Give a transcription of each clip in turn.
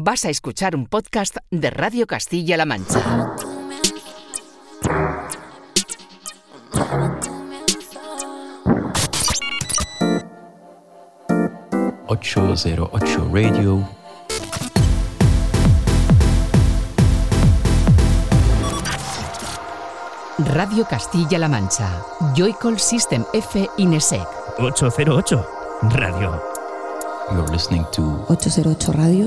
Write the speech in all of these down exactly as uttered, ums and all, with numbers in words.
Vas a escuchar un podcast de Radio Castilla-La Mancha. ochocientos ocho Radio. Radio Castilla-La Mancha. Joycall System F Inesec. ochocientos ocho Radio. You're listening to ochocientos ocho Radio.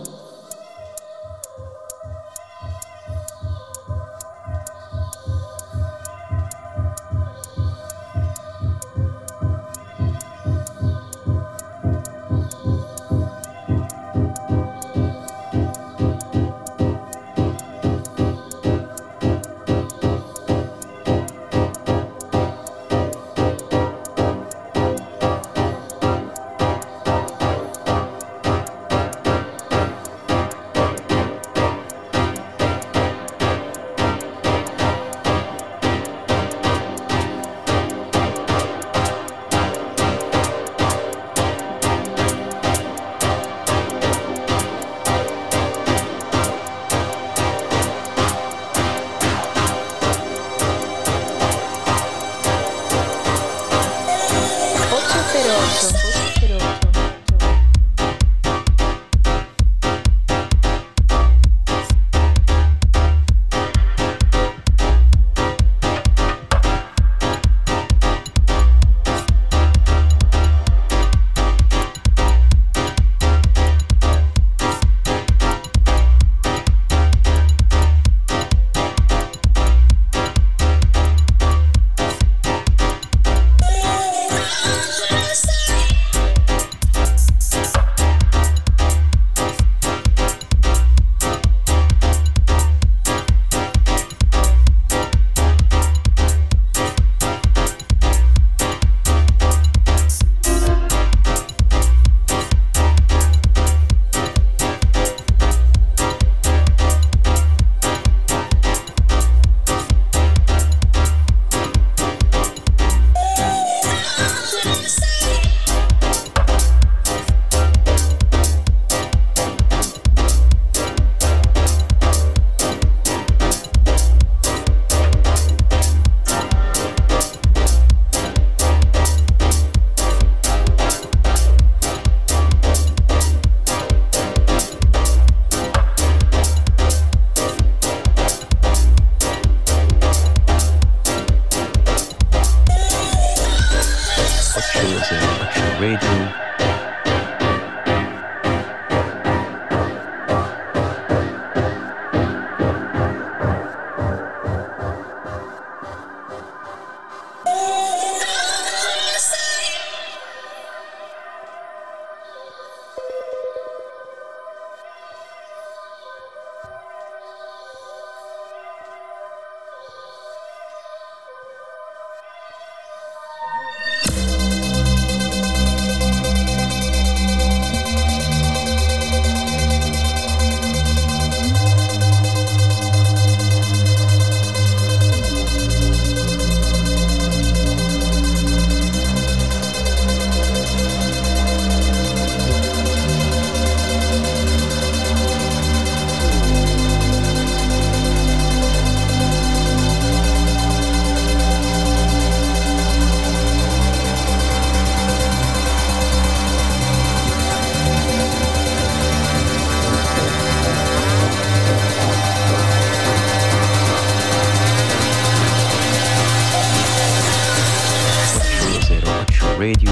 Radio.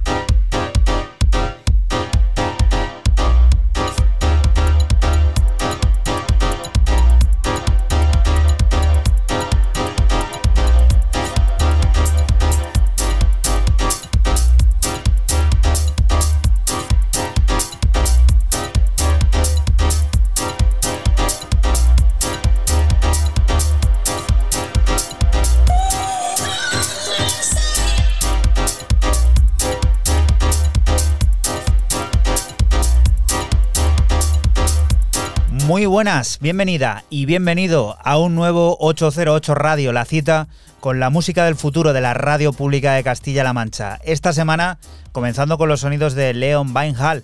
Muy buenas, bienvenida y bienvenido a un nuevo ochocientos ocho Radio, la cita con la música del futuro de la radio pública de Castilla-La Mancha. Esta semana, comenzando con los sonidos de Leon Vynehall,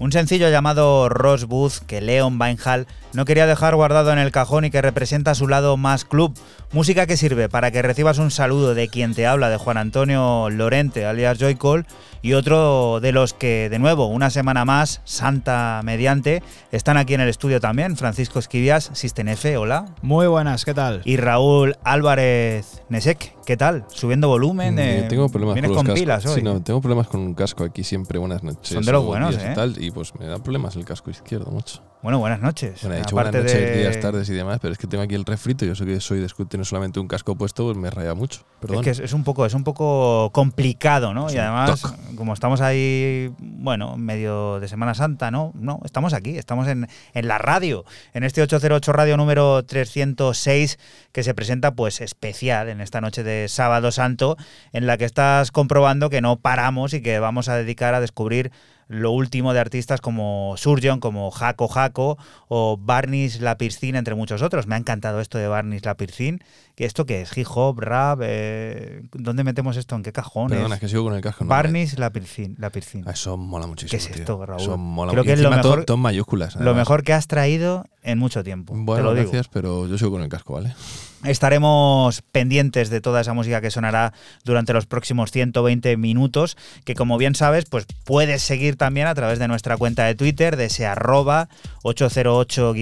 Un sencillo llamado Rosebud que Leon Vynehall no quería dejar guardado en el cajón y que representa su lado más club. Música que sirve para que recibas un saludo de quien te habla, de Juan Antonio Lorente, alias Joycall, y otro de los que, de nuevo, una semana más, Santa mediante, están aquí en el estudio también. Francisco Esquivias, System F, hola. Muy buenas, ¿qué tal? Y Raúl Álvarez Nesek, ¿qué tal? Subiendo volumen. Eh, tengo problemas vienes con los con cascos. pilas hoy. Sí, no, tengo problemas con un casco aquí siempre. Buenas noches. Son de los o buenos, días ¿eh? Y, tal, y pues me da problemas el casco izquierdo mucho. Bueno, buenas noches. Bueno, he dicho Aparte buenas noches, de... días, tardes y demás, pero es que tengo aquí el refrito. Yo sé que soy de tener solamente un casco puesto, pues me raya mucho. Perdón. Es que es, es un poco, es un poco complicado, ¿no? Es y un además, toc. como estamos ahí, bueno, medio de Semana Santa, ¿no? No, estamos aquí, estamos en, en la radio, en este ocho cero ocho Radio número trescientos seis, que se presenta pues especial en esta noche de Sábado Santo, en la que estás comprobando que no paramos y que vamos a dedicar a descubrir lo último de artistas como Surgeon, como Jaco Jaco o Barnis La Piscina, entre muchos otros. Me ha encantado esto de Barnis La Piscina. ¿Esto qué es? ¿Hip hop, rap? Eh, ¿Dónde metemos esto? ¿En qué cajones? Perdona, es que sigo con el casco. No, Barnis La Piscina. La Piscina. Eso mola muchísimo. ¿Qué es esto, tío. Raúl? Eso mola Creo mucho. que es lo Encima todo- mejor, todo en mayúsculas. lo además. mejor que has traído en mucho tiempo. Bueno, te lo digo. gracias, pero yo sigo con el casco, ¿vale? Estaremos pendientes de toda esa música que sonará durante los próximos ciento veinte minutos, que como bien sabes, pues puedes seguir también a través de nuestra cuenta de Twitter, de ese arroba ocho cero ocho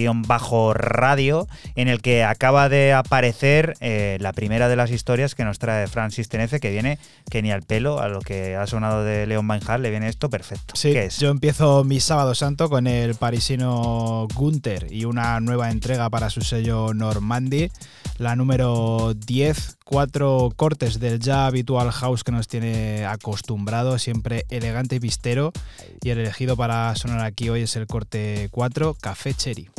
radio, en el que acaba de aparecer eh, la primera de las historias que nos trae Fran System F, que viene que ni al pelo, a lo que ha sonado de Leon Vynehall, le viene esto perfecto. Sí, ¿Qué es? yo empiezo mi Sábado Santo con el parisino Gunther y una nueva entrega para su sello Normandy, la número diez, cuatro cortes del ya habitual house que nos tiene acostumbrado, siempre elegante y pistero, y el elegido para sonar aquí hoy es el corte cuatro, Café Cherry.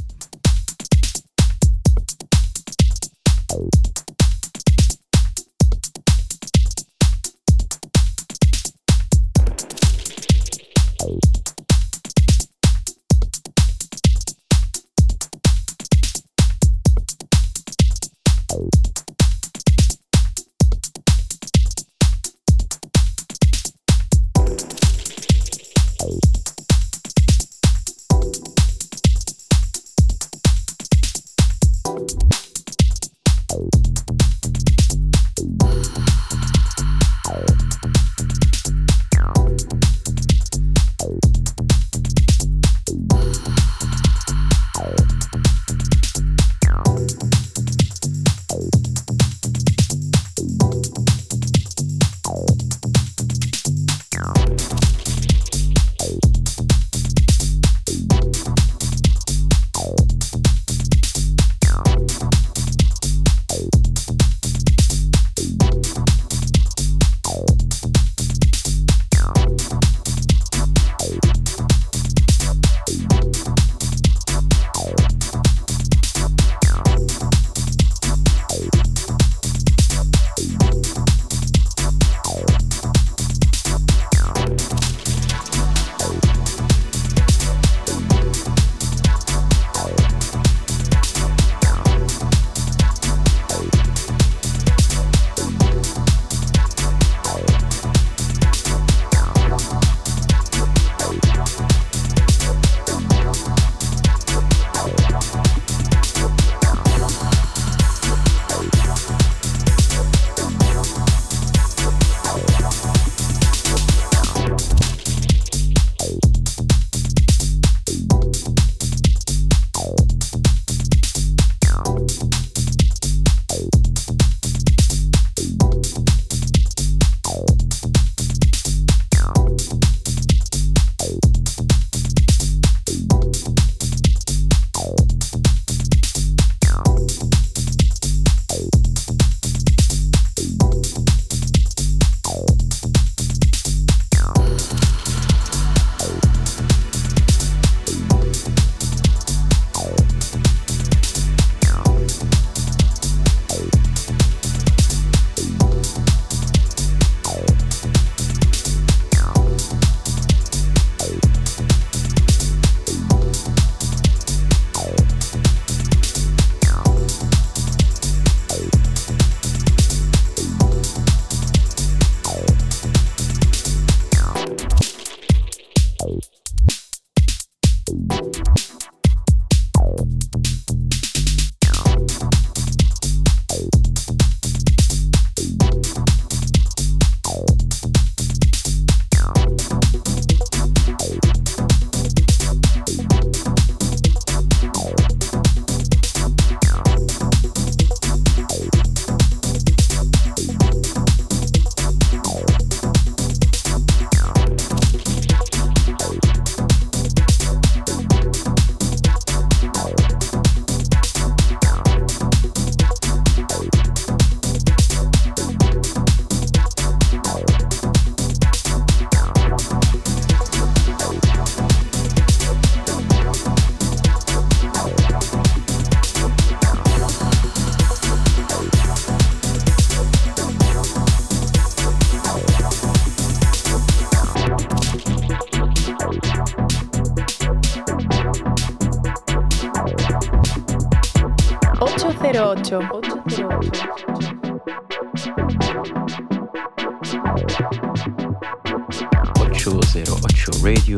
Out. cero ocho. ocho cero ocho Radio.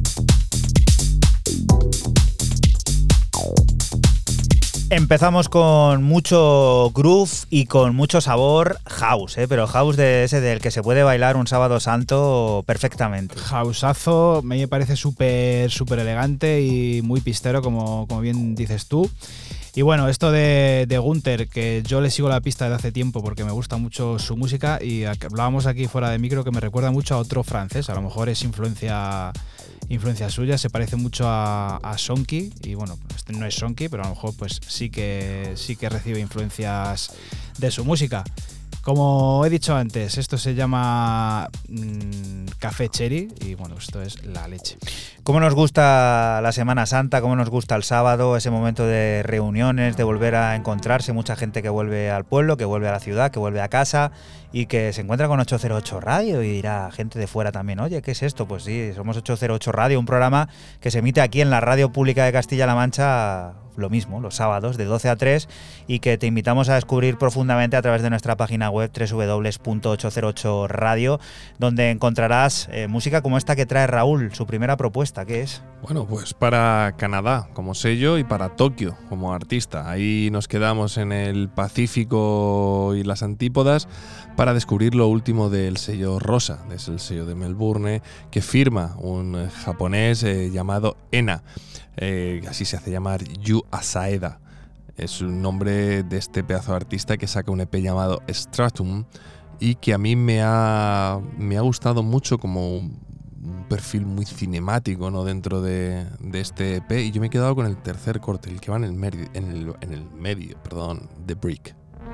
Empezamos con mucho groove y con mucho sabor house, ¿eh? Pero house de ese del que se puede bailar un sábado santo perfectamente. Houseazo, me parece súper súper elegante y muy pistero, como, como bien dices tú. Y bueno, esto de, de Gunther, que yo le sigo la pista desde hace tiempo porque me gusta mucho su música, y hablábamos aquí fuera de micro que me recuerda mucho a otro francés, a lo mejor es influencia... influencia suya, se parece mucho a, a Sonky, y bueno, este no es Sonky, pero a lo mejor pues sí que sí que recibe influencias de su música. Como he dicho antes, esto se llama mmm, Café Cherry y bueno, esto es la leche. Cómo nos gusta la Semana Santa, cómo nos gusta el sábado, ese momento de reuniones, de volver a encontrarse, mucha gente que vuelve al pueblo, que vuelve a la ciudad, que vuelve a casa y que se encuentra con ocho cero ocho Radio y dirá gente de fuera también, oye, ¿qué es esto? Pues sí, somos ocho cero ocho Radio, un programa que se emite aquí en la Radio Pública de Castilla-La Mancha, lo mismo, los sábados de doce a tres, y que te invitamos a descubrir profundamente a través de nuestra página web doble u doble u doble u punto ocho cero ocho radio, donde encontrarás eh, música como esta que trae Raúl, su primera propuesta. ¿Qué es? Bueno, pues para Canadá como sello y para Tokio como artista. Ahí nos quedamos en el Pacífico y las antípodas para descubrir lo último del sello Rosa, es el sello de Melbourne, que firma un japonés eh, llamado Ena. Eh, así se hace llamar, Yu Asaeda. Es un nombre de este pedazo de artista que saca un E P llamado Stratum y que a mí me ha, me ha gustado mucho como un, un perfil muy cinemático, ¿no? Dentro de, de este E P, y yo me he quedado con el tercer corte, el que va en el, medio, en el, en el medio, perdón, The Brick.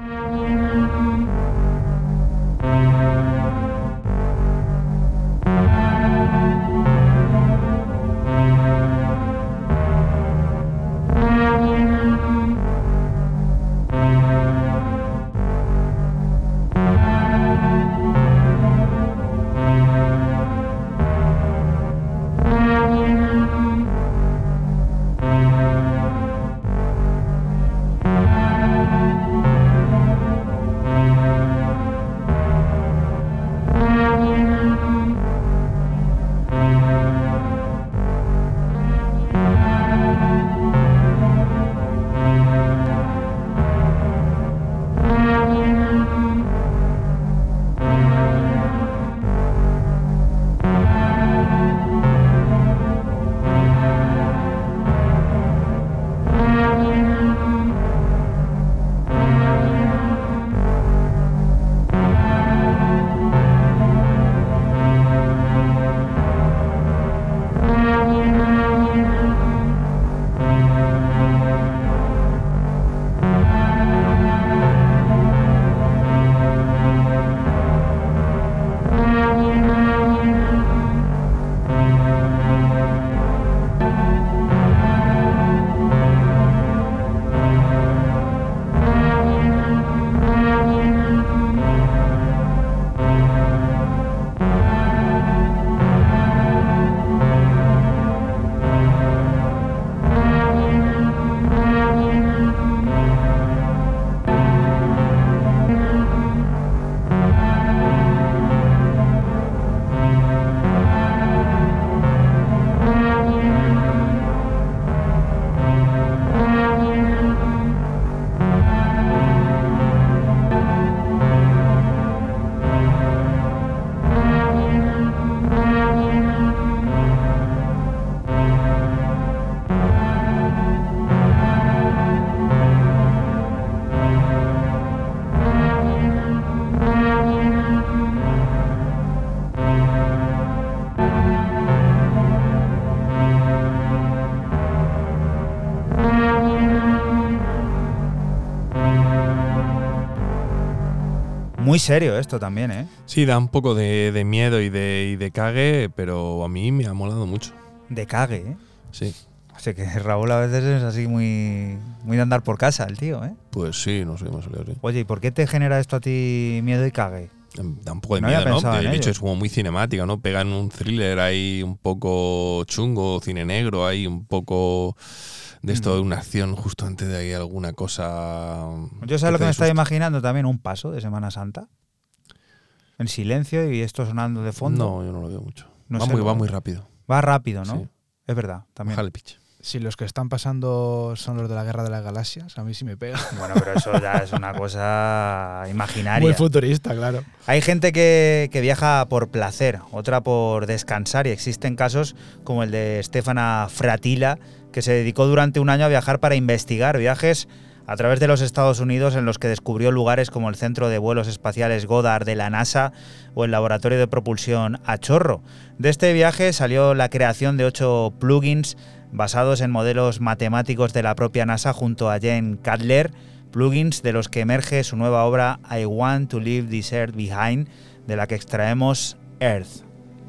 Muy serio esto también, ¿eh? Sí, da un poco de, de miedo y de, y de cague, pero a mí me ha molado mucho. De cague, ¿eh? Sí. O sea que Raúl a veces es así muy, muy de andar por casa, el tío, ¿eh? Pues sí, no sé, me ha salido así. Oye, ¿y por qué te genera esto a ti miedo y cague? Da un poco de No miedo, había ¿no? pensado De en hecho, ello. es como muy cinemática, ¿no? Pegan un thriller ahí un poco chungo, cine negro, ahí un poco de esto, de una acción justo antes de ahí alguna cosa. Yo sabes lo te que me dé estaba susto. imaginando también, un paso de Semana Santa. En silencio y esto sonando de fondo. No, yo no lo veo mucho. No va, sé, muy, lo- va muy rápido. Va rápido, ¿no? Sí. Es verdad, también. Bájale pitch. Si los que están pasando son los de la Guerra de las Galaxias, a mí sí me pega. Bueno, pero eso ya es una cosa imaginaria. Muy futurista, claro. Hay gente que, que viaja por placer, otra por descansar, y existen casos como el de Stefana Fratila, que se dedicó durante un año a viajar para investigar viajes a través de los Estados Unidos, en los que descubrió lugares como el Centro de Vuelos Espaciales Goddard de la NASA o el Laboratorio de Propulsión a Chorro. De este viaje salió la creación de ocho plugins basados en modelos matemáticos de la propia NASA junto a Jane Cutler, plugins de los que emerge su nueva obra I Want to Leave This Earth Behind, de la que extraemos Earth.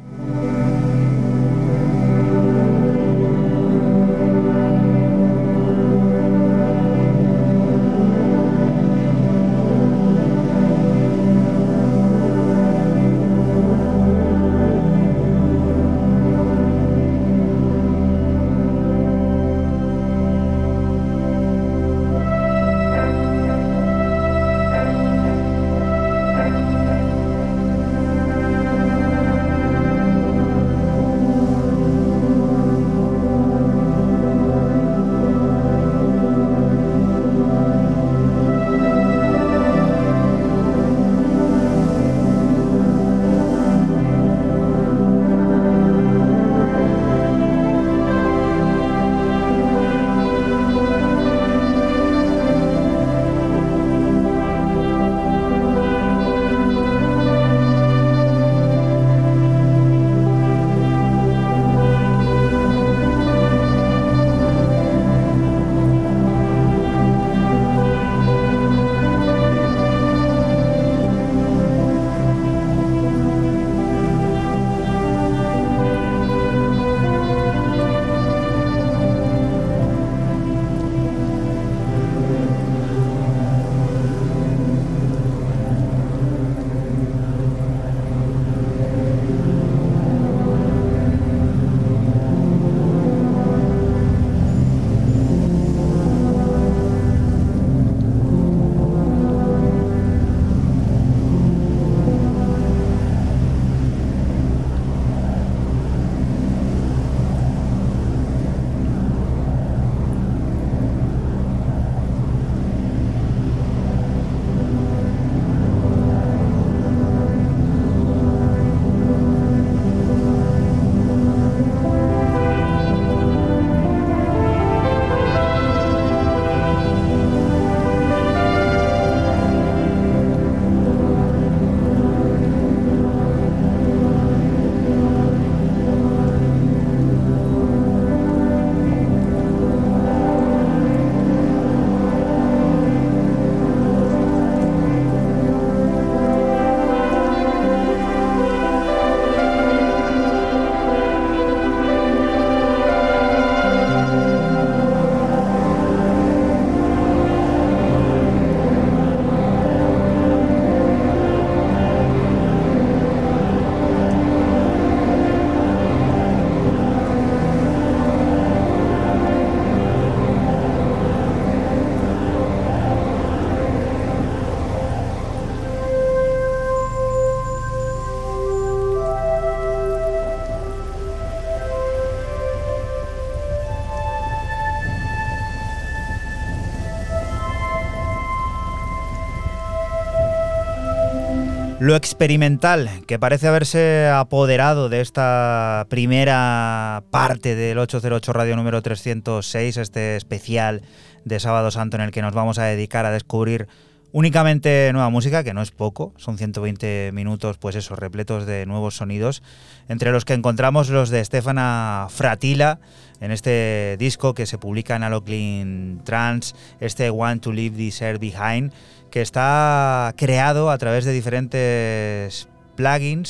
Lo experimental, que parece haberse apoderado de esta primera parte del ocho cero ocho Radio número trescientos seis, este especial de Sábado Santo en el que nos vamos a dedicar a descubrir únicamente nueva música, que no es poco, son ciento veinte minutos, pues eso, repletos de nuevos sonidos, entre los que encontramos los de Stefana Fratila, en este disco que se publica en Aloclean Trance, este Want to Leave This Earth Behind, que está creado a través de diferentes plugins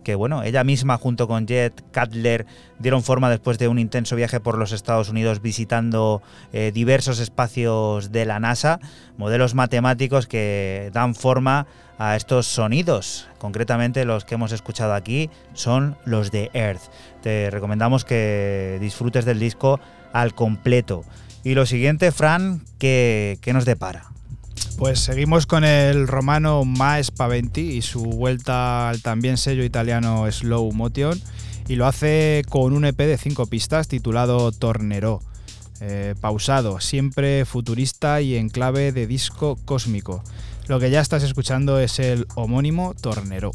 que bueno, ella misma junto con Jet Cutler dieron forma después de un intenso viaje por los Estados Unidos visitando eh, diversos espacios de la NASA, modelos matemáticos que dan forma a estos sonidos. Concretamente los que hemos escuchado aquí son los de Earth. Te recomendamos que disfrutes del disco al completo. Y lo siguiente, Fran, ¿qué, qué nos depara? Pues seguimos con el romano Ma Spaventi y su vuelta al también sello italiano Slow Motion, y lo hace con un E P de cinco pistas titulado Tornerò. Eh, pausado, siempre futurista y en clave de disco cósmico. Lo que ya estás escuchando es el homónimo Tornerò.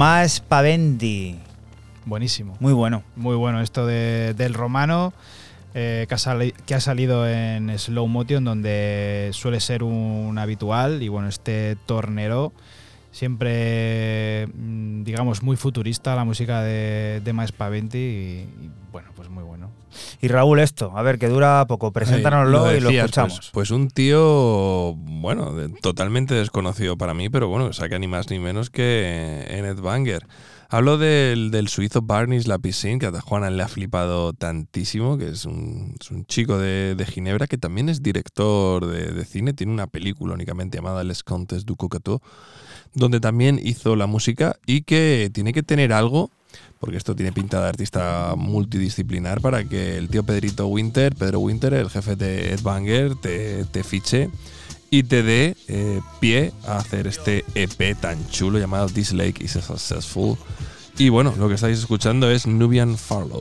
Ma Spaventi. Buenísimo. Muy bueno. Muy bueno esto de, del romano, eh, que, ha sali- que ha salido en slow motion, donde suele ser un habitual. Y bueno, este tornero, siempre, digamos, muy futurista la música de, de Ma Spaventi. Y, y bueno, pues muy bueno. Y Raúl, esto, a ver, que dura poco, preséntanoslo Ay, y lo decías, escuchamos. Pues, pues un tío, bueno, de- totalmente desconocido para mí, pero bueno, saca ni más ni menos que Ennett Banger. Hablo del, del suizo Barnis Lapicin, que a Juana le ha flipado tantísimo, que es un, es un chico de, de Ginebra que también es director de, de cine, tiene una película únicamente llamada Les Contes du Cocato, donde también hizo la música y que tiene que tener algo, porque esto tiene pinta de artista multidisciplinar, para que el tío Pedrito Winter, Pedro Winter, el jefe de Ed Banger, te, te fiche y te dé eh, pie a hacer este E P tan chulo llamado This Lake is Successful. Y bueno, lo que estáis escuchando es Nubian Farlow.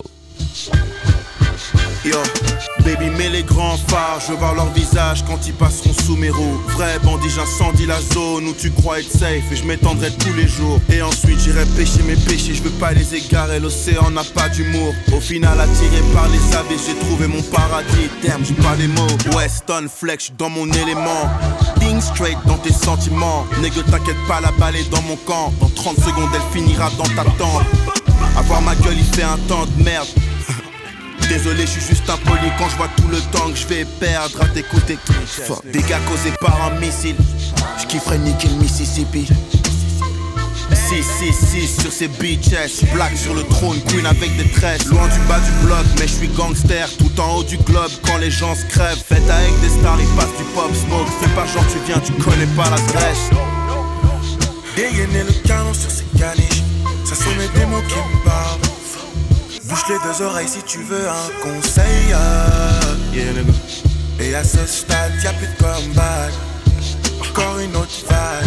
Yo, baby, mets les grands phares, je veux voir leur visage quand ils passeront sous mes roues. Vrai bandit, j'incendie la zone où tu crois être safe et je m'étendrai tous les jours. Et ensuite j'irai pêcher mes péchés, je veux pas les égarer, l'océan n'a pas d'humour. Au final, attiré par les abysses, j'ai trouvé mon paradis. Terme, j'ai pas les mots. Weston Flex, j'suis dans mon élément. Think straight dans tes sentiments. Nègre, t'inquiète pas, la balle est dans mon camp. Dans trente secondes, elle finira dans ta tente. Avoir ma gueule, il fait un temps de merde. Désolé, je suis juste impoli quand je vois tout le temps que je vais perdre à t'écouter. Fuck, dégâts causés par un missile. Je kifferais niquer le Mississippi. six six six sur ces bitches. Black sur le trône, queen avec des tresses. Loin du bas du bloc, mais je suis gangster. Tout en haut du globe quand les gens se crèvent. Fête avec des stars, ils passent du pop smoke. Fais pas genre tu viens, tu connais pas la Grèce. Dégainer le canon sur ces caniches. Ça sont mes démons qui me parlent. Bouche les deux oreilles si tu veux un conseil, yeah, nigga. Et à ce stade, y'a plus de comeback. Encore une autre vague.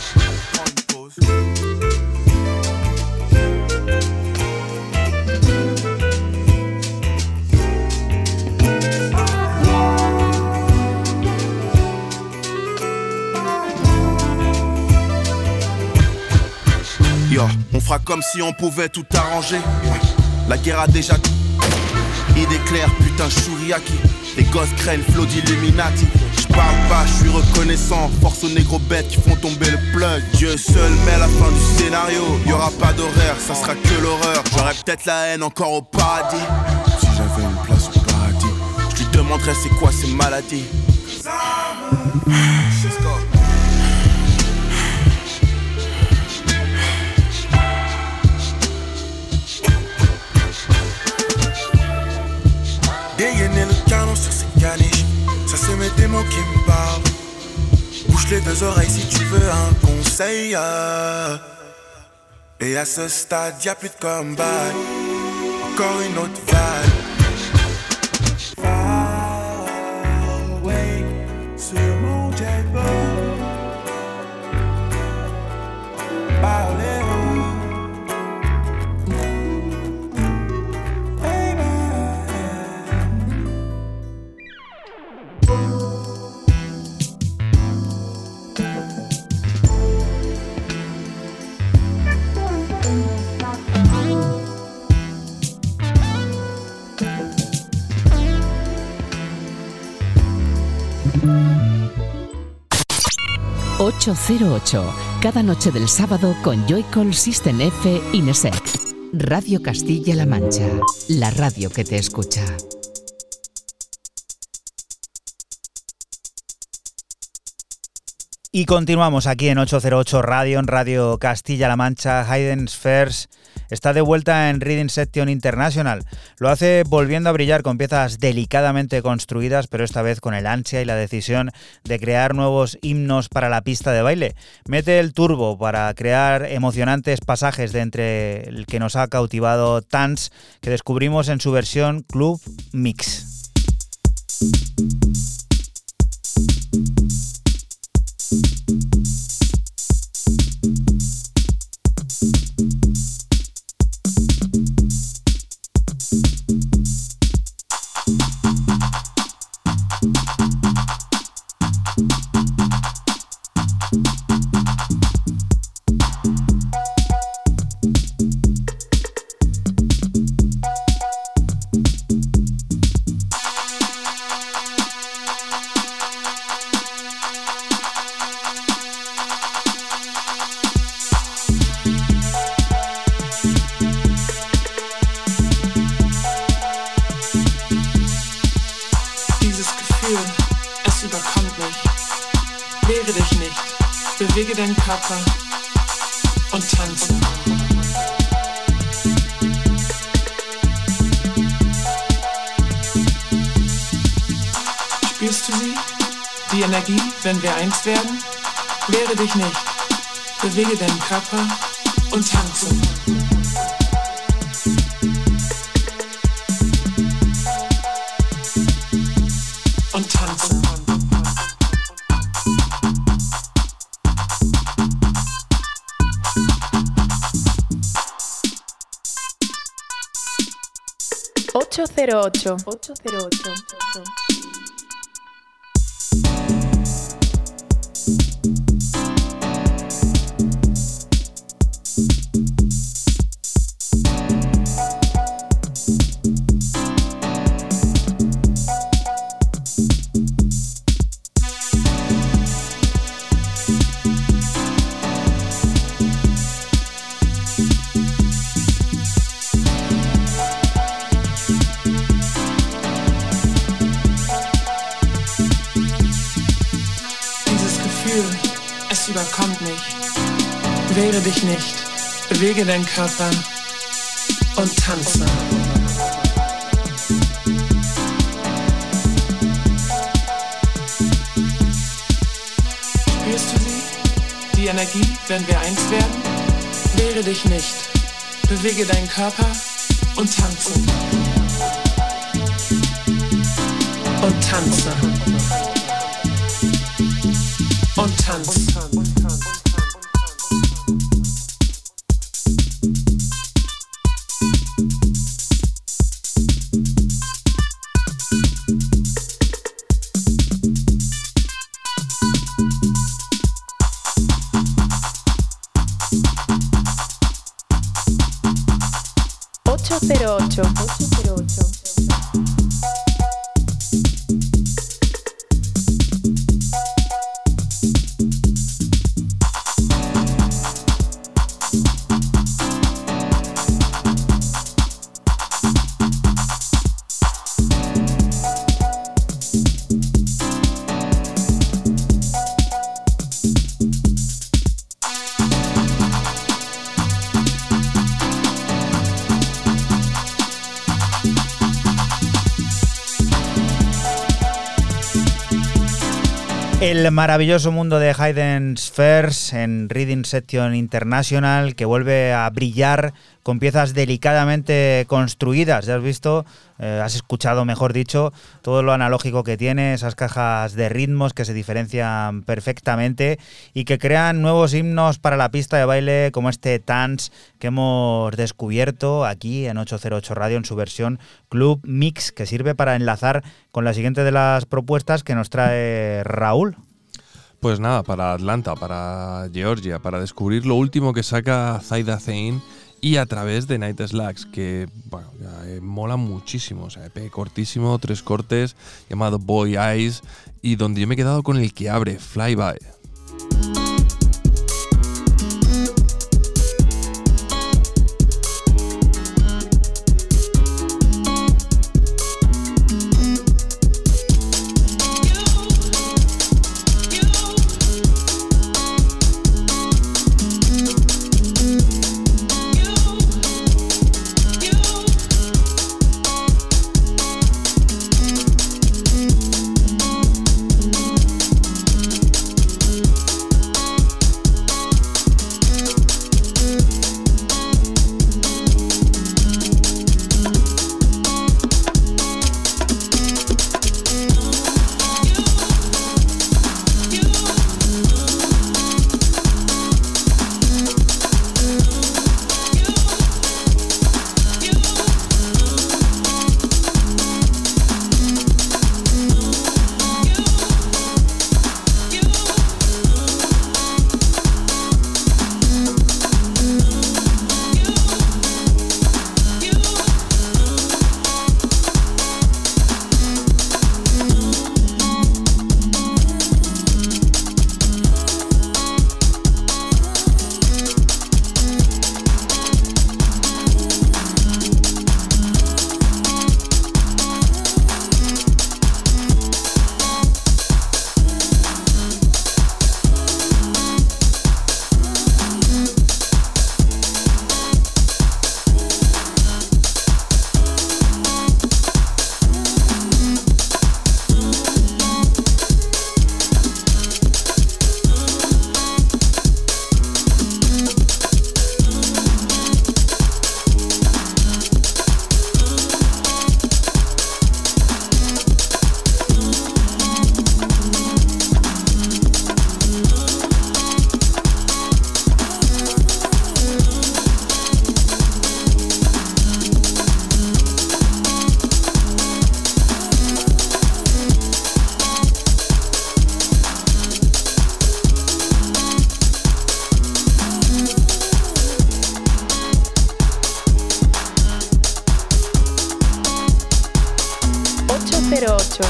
Yo, on fera comme si on pouvait tout arranger. La guerre a déjà idée claire, putain Shuriaki. Les gosses craignent flot d'Illuminati. J'parle pas, j'suis reconnaissant. Force aux négros bêtes qui font tomber le plug. Dieu seul met la fin du scénario. Y'aura pas d'horaire, ça sera que l'horreur. J'aurais peut-être la haine encore au paradis. Si j'avais une place au paradis, j'lui demanderais c'est quoi ces maladies. Dégainer le canon sur ces caniches. Ça c'est mes démons qui me parlent. Bouche les deux oreilles si tu veux un conseil, yeah. Et à ce stade y'a plus de comeback. Encore une autre vague. Far away sur mon jetboat. Parlez-vous. ocho cero ocho, cada noche del sábado con Joycall System F Inesec. Radio Castilla-La Mancha, la radio que te escucha. Y continuamos aquí en ocho cero ocho Radio, en Radio Castilla-La Mancha. Hidden Spheres está de vuelta en Reading Section International. Lo hace volviendo a brillar con piezas delicadamente construidas, pero esta vez con el ansia y la decisión de crear nuevos himnos para la pista de baile. Mete el turbo para crear emocionantes pasajes de entre el que nos ha cautivado Tans, que descubrimos en su versión Club Mix. Bewege deinen Körper und tanze. Spürst du sie? Die Energie, wenn wir eins werden? Wehre dich nicht. Bewege deinen Körper und tanze. Und tanze. ocho cero ocho. ocho cero ocho. Überkommt mich. Wehre dich nicht. Bewege deinen Körper und tanze. Spürst du sie? Die Energie, wenn wir eins werden? Wehre dich nicht. Bewege deinen Körper und tanze. Und tanze. Und tanze. ocho cero ocho. ocho cero ocho. El maravilloso mundo de Hidden Spheres en Reading Section International, que vuelve a brillar con piezas delicadamente construidas. Ya has visto, eh, has escuchado, mejor dicho, todo lo analógico que tiene, esas cajas de ritmos que se diferencian perfectamente y que crean nuevos himnos para la pista de baile, como este Dance que hemos descubierto aquí en ocho cero ocho Radio en su versión Club Mix, que sirve para enlazar con la siguiente de las propuestas que nos trae Raúl. Pues nada, para Atlanta, para Georgia, para descubrir lo último que saca Zaida Zayn y a través de Night Slacks, que bueno, eh, mola muchísimo, o sea, E P cortísimo, tres cortes, llamado Boy Eyes, y donde yo me he quedado con el que abre, Flyby. cero ocho.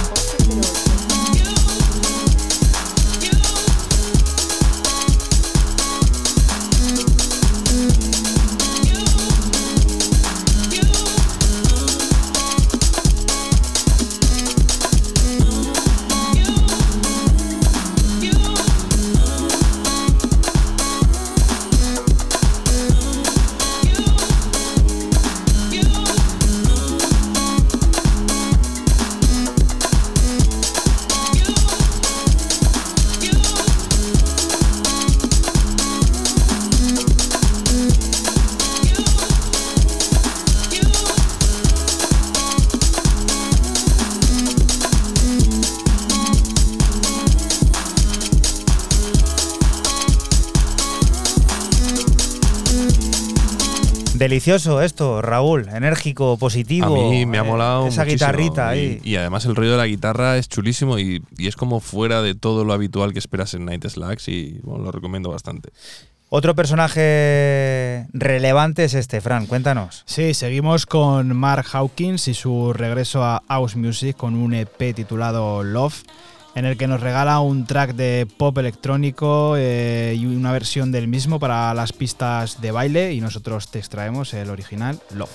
Delicioso esto, Raúl, enérgico, positivo. A mí me ha molado eh, esa muchísimo. guitarrita ahí. Y, y además el ruido de la guitarra es chulísimo y, y es como fuera de todo lo habitual que esperas en Night Slugs y bueno, lo recomiendo bastante. Otro personaje relevante es este, Fran, cuéntanos. Sí, seguimos con Mark Hawkins y su regreso a House Music con un E P titulado Love, en el que nos regala un track de pop electrónico eh, y una versión del mismo para las pistas de baile, y nosotros te extraemos el original Love.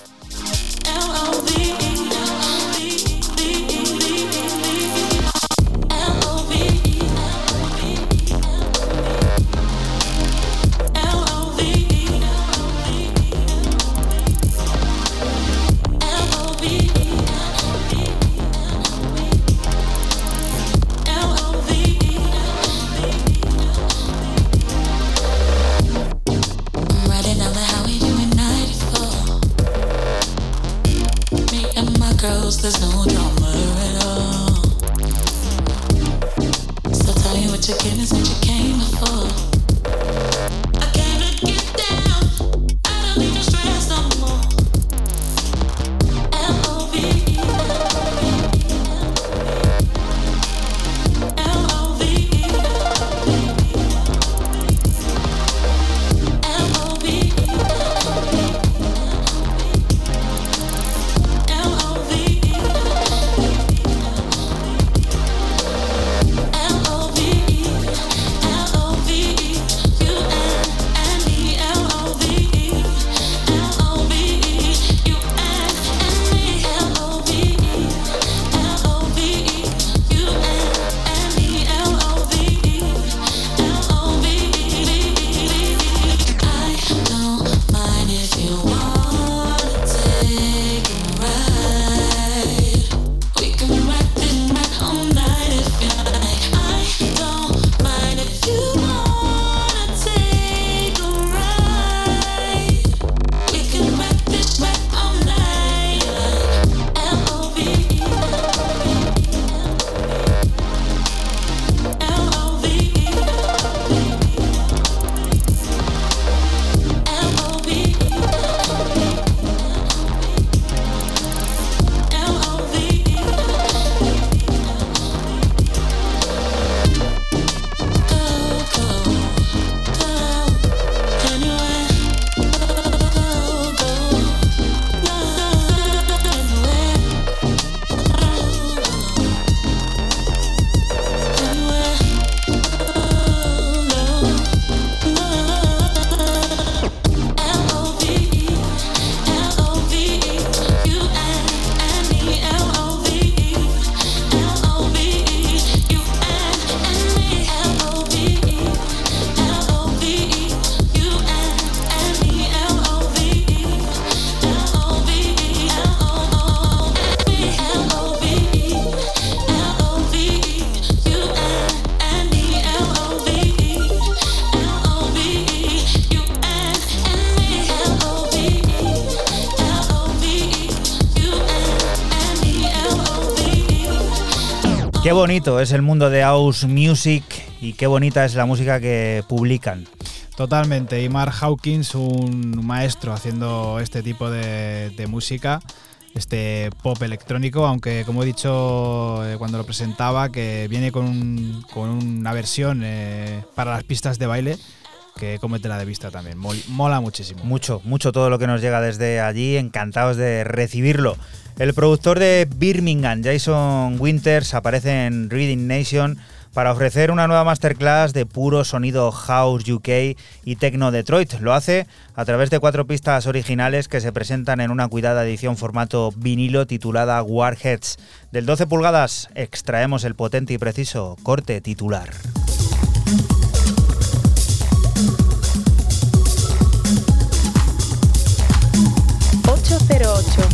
There's no drama at all. So tell me what you're getting is what you came for. I came to get down. I don't need no stress no more. L O V E L O V E L O V E Qué bonito es el mundo de House Music y qué bonita es la música que publican. Totalmente, y Mark Hawkins, un maestro haciendo este tipo de, de música, este pop electrónico, aunque como he dicho eh, cuando lo presentaba, que viene con, un, con una versión eh, para las pistas de baile, que cómetela de vista también. Mol, mola muchísimo. Mucho, mucho todo lo que nos llega desde allí, encantados de recibirlo. El productor de Birmingham, Jason Winters, aparece en Reading Nation para ofrecer una nueva masterclass de puro sonido house U K y techno Detroit. Lo hace a través de cuatro pistas originales que se presentan en una cuidada edición formato vinilo titulada Warheads. Del doce pulgadas extraemos el potente y preciso corte titular. ocho cero ocho.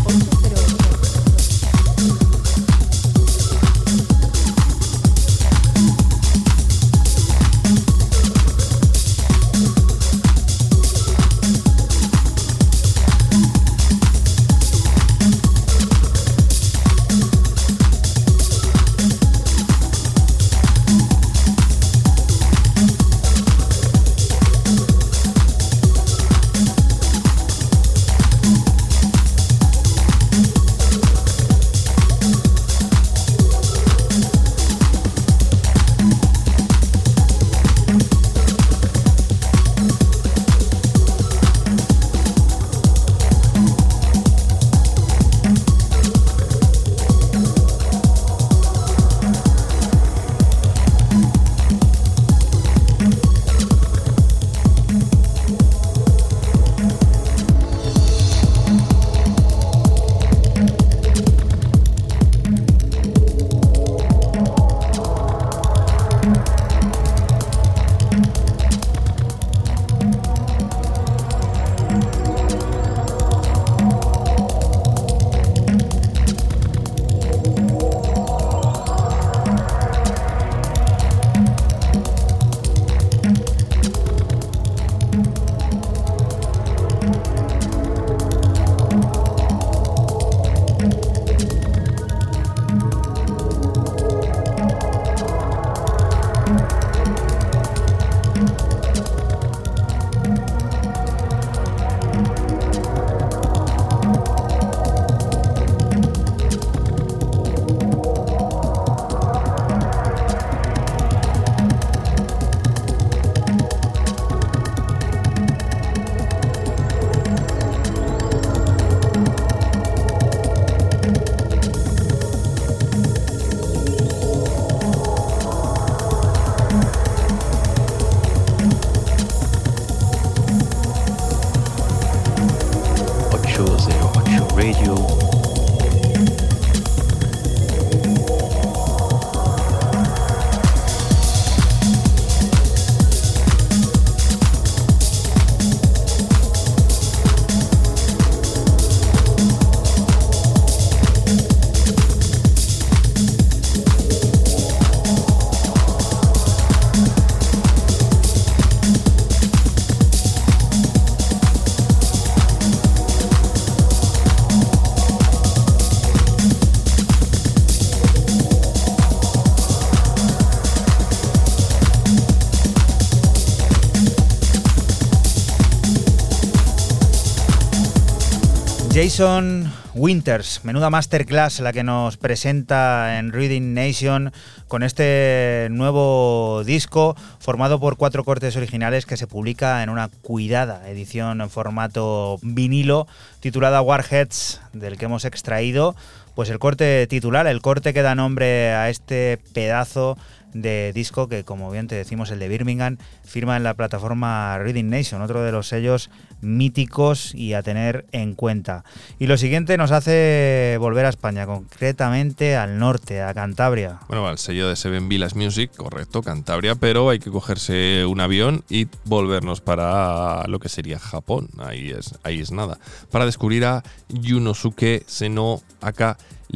Jason Winters, menuda masterclass la que nos presenta en Reading Nation con este nuevo disco formado por cuatro cortes originales que se publica en una cuidada edición en formato vinilo titulada Warheads, del que hemos extraído pues el corte titular, el corte que da nombre a este pedazo de disco que, como bien te decimos, el de Birmingham, firma en la plataforma Reading Nation, otro de los sellos míticos y a tener en cuenta. Y lo siguiente nos hace volver a España, concretamente al norte, a Cantabria. Bueno, al sello de Seven Villas Music, correcto, Cantabria, pero hay que cogerse un avión y volvernos para lo que sería Japón, ahí es, ahí es nada, para descubrir a Yunosuke Seno Aka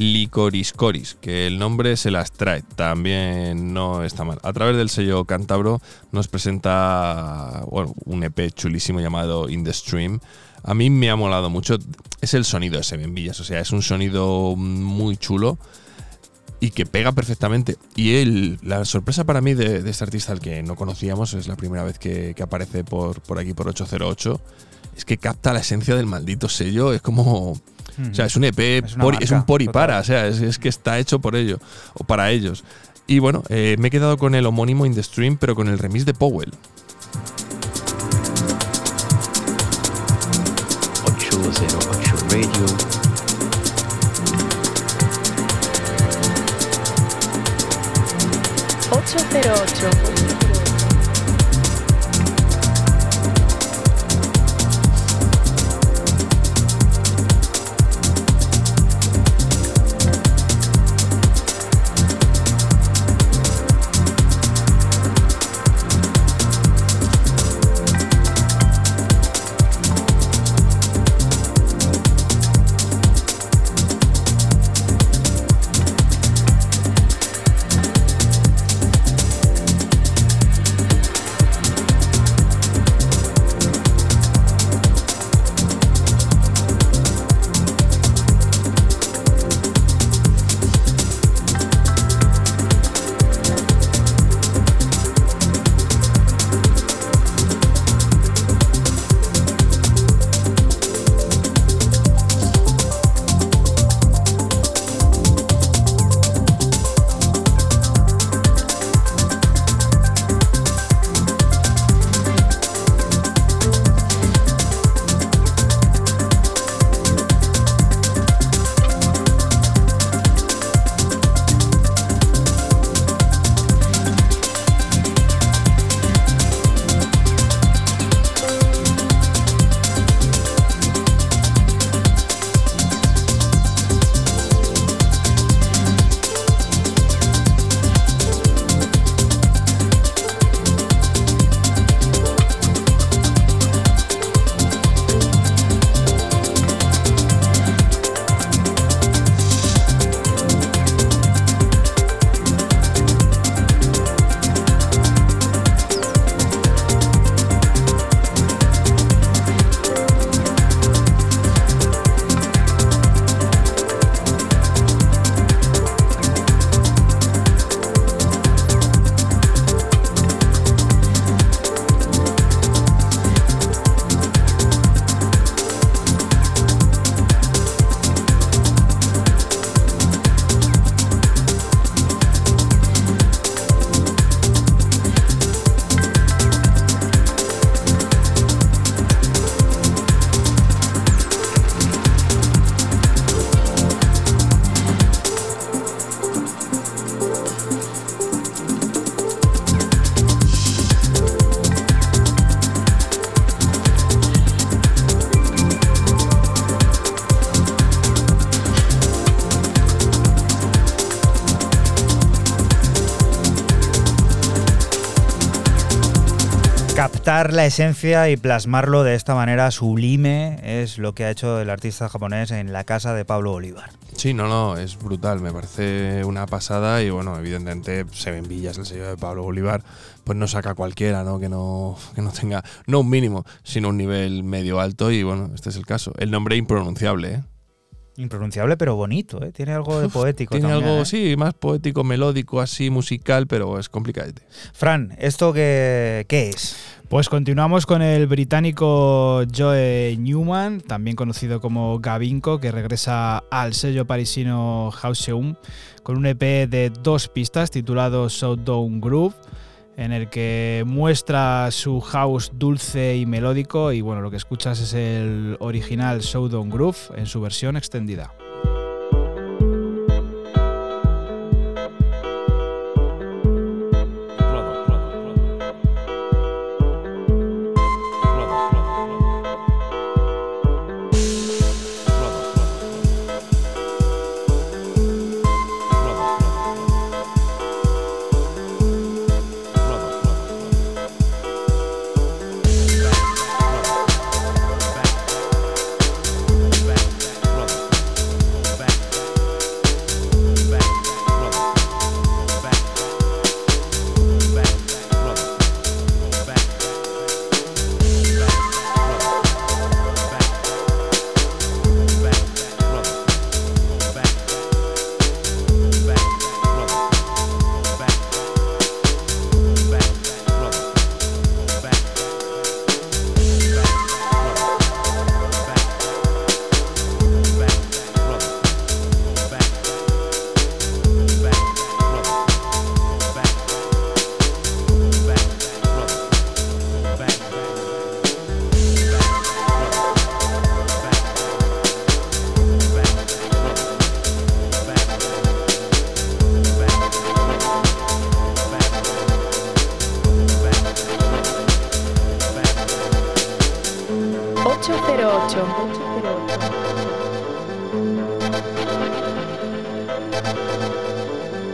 Licorice, que el nombre se las trae, también no está mal. A través del sello cántabro nos presenta bueno, un E P chulísimo llamado In The Stream. A mí me ha molado mucho, es el sonido de Seven Villas, o sea, es un sonido muy chulo y que pega perfectamente. Y él, la sorpresa para mí de, de este artista al que no conocíamos, es la primera vez que, que aparece por, por aquí por ocho cero ocho, es que capta la esencia del maldito sello, es como... O sea, es un E P, es, por, es un por y para, o sea, es, es que está hecho por ello, o para ellos. Y bueno, eh, me he quedado con el homónimo In The Stream, pero con el remix de Powell. cero ocho Radio. ocho cero ocho. captar la esencia y plasmarlo de esta manera sublime es lo que ha hecho el artista japonés en la casa de Pablo Olivar. Sí, no, no, es brutal, me parece una pasada y bueno, evidentemente se ven villas el sello de Pablo Olivar, pues no saca cualquiera, ¿no? Que no que no tenga, no un mínimo, sino un nivel medio alto y bueno, este es el caso. El nombre impronunciable, ¿eh? Impronunciable pero bonito, ¿eh? Tiene algo de poético. Tiene también, algo, ¿eh? sí, más poético, melódico, así, musical, pero es complicadete. Fran, ¿esto qué, qué es? Pues continuamos con el británico Joe Newman, también conocido como Gabinko, que regresa al sello parisino Hauseum con un E P de dos pistas titulado Showdown Groove, en el que muestra su house dulce y melódico, y bueno, lo que escuchas es el original Showdown Groove en su versión extendida.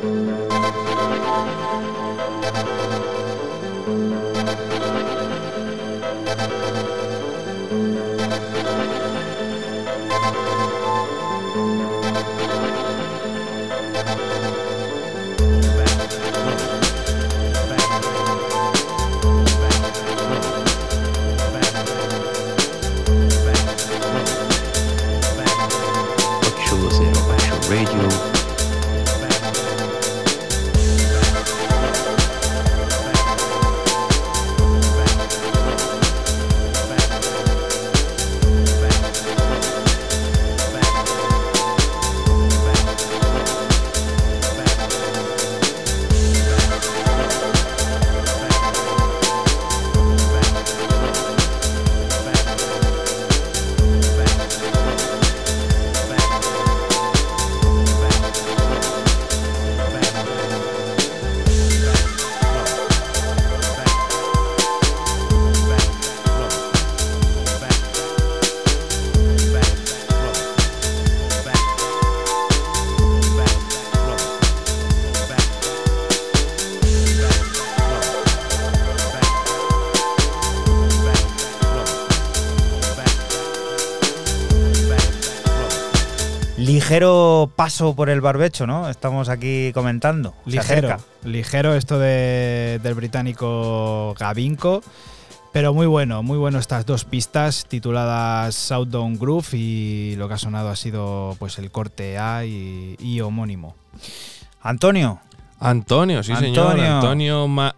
Ligero paso por el barbecho, ¿no? Estamos aquí comentando. Se Ligero, acerca. ligero esto de, del británico Gabinco, pero muy bueno, muy bueno estas dos pistas tituladas Southdown Groove, y lo que ha sonado ha sido pues el corte A y, y homónimo. Antonio. Antonio, sí Antonio. señor, Antonio Ma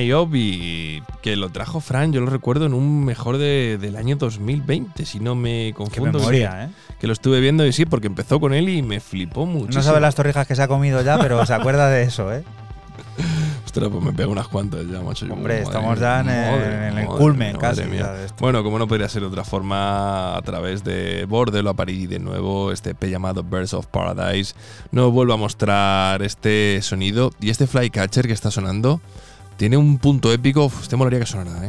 Maiobi, que lo trajo Fran, yo lo recuerdo en un mejor de, del año dos mil veinte, si no me Qué confundo. memoria, que, ¿eh? que lo estuve viendo y sí, porque empezó con él y me flipó mucho. No sabe las torrijas que se ha comido ya, pero se acuerda de eso, ¿eh? Ostras, pues me pego unas cuantas ya, macho. Hombre, Madre estamos mía, ya en el, madre, en el madre culmen mía, casi. madre mía. ya de esto. Bueno, como no podría ser de otra forma, a través de Bordelo a París de nuevo, este E P llamado Birds of Paradise nos vuelve a mostrar este sonido, y este Flycatcher que está sonando tiene un punto épico. Uf, este molaría que sonara, ¿eh?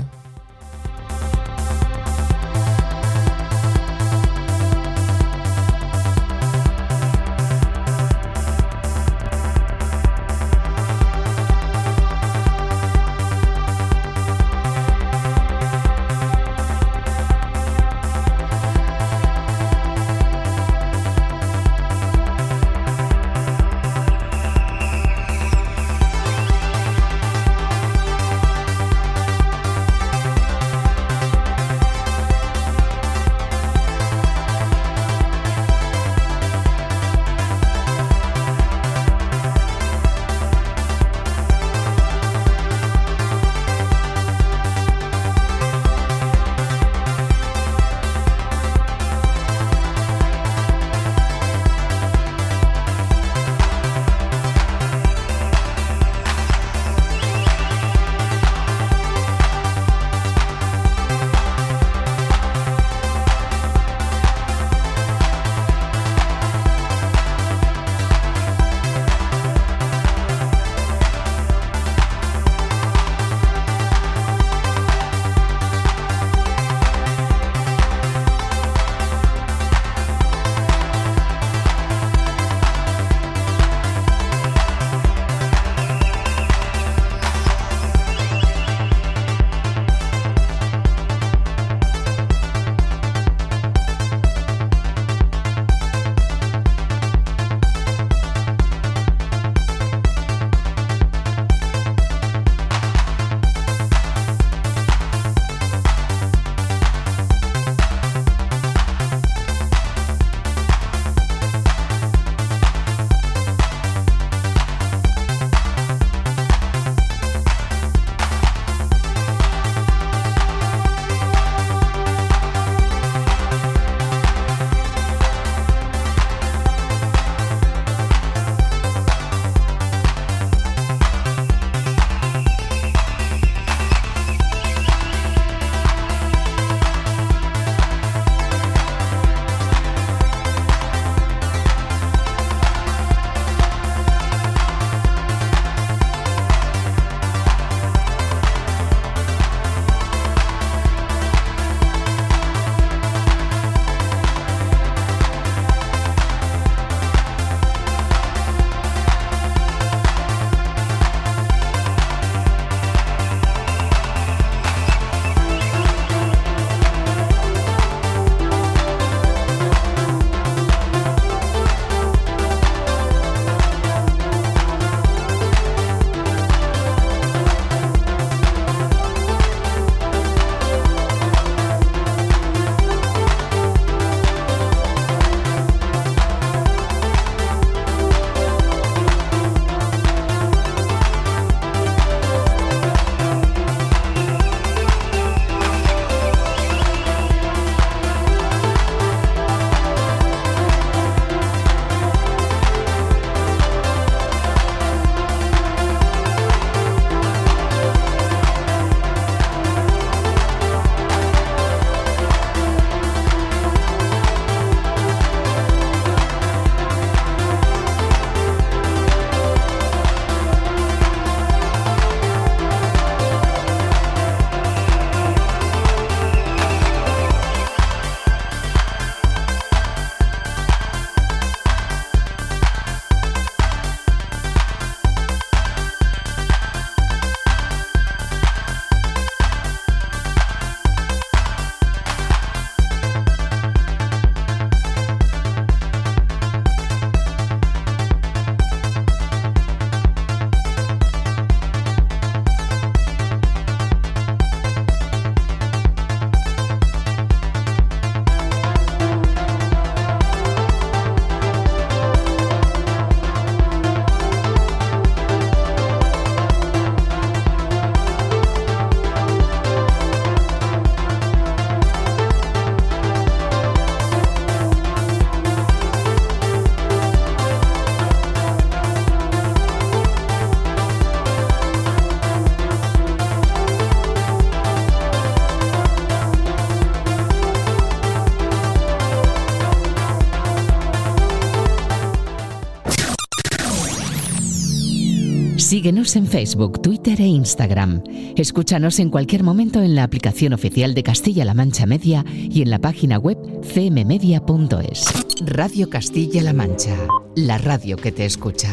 Síguenos en Facebook, Twitter e Instagram. Escúchanos en cualquier momento en la aplicación oficial de Castilla-La Mancha Media y en la página web c m media punto es. Radio Castilla-La Mancha, la radio que te escucha.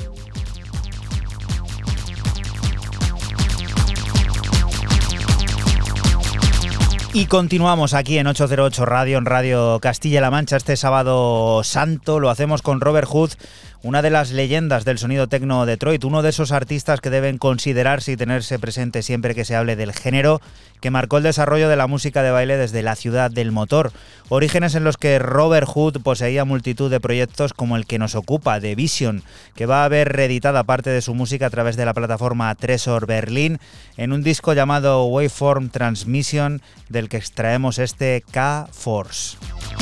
Y continuamos aquí en ochocientos ocho Radio, en Radio Castilla-La Mancha, este sábado santo. Lo hacemos con Robert Hood, una de las leyendas del sonido techno Detroit, uno de esos artistas que deben considerarse y tenerse presente siempre que se hable del género, que marcó el desarrollo de la música de baile desde la ciudad del motor. Orígenes en los que Robert Hood poseía multitud de proyectos como el que nos ocupa, The Vision, que va a ver reeditada parte de su música a través de la plataforma Tresor Berlin, en un disco llamado Waveform Transmission, del que extraemos este K-Force.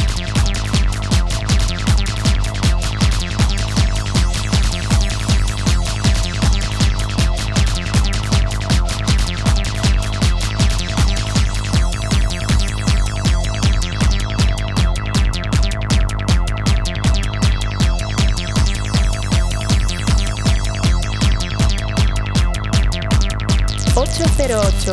ochocientos ocho.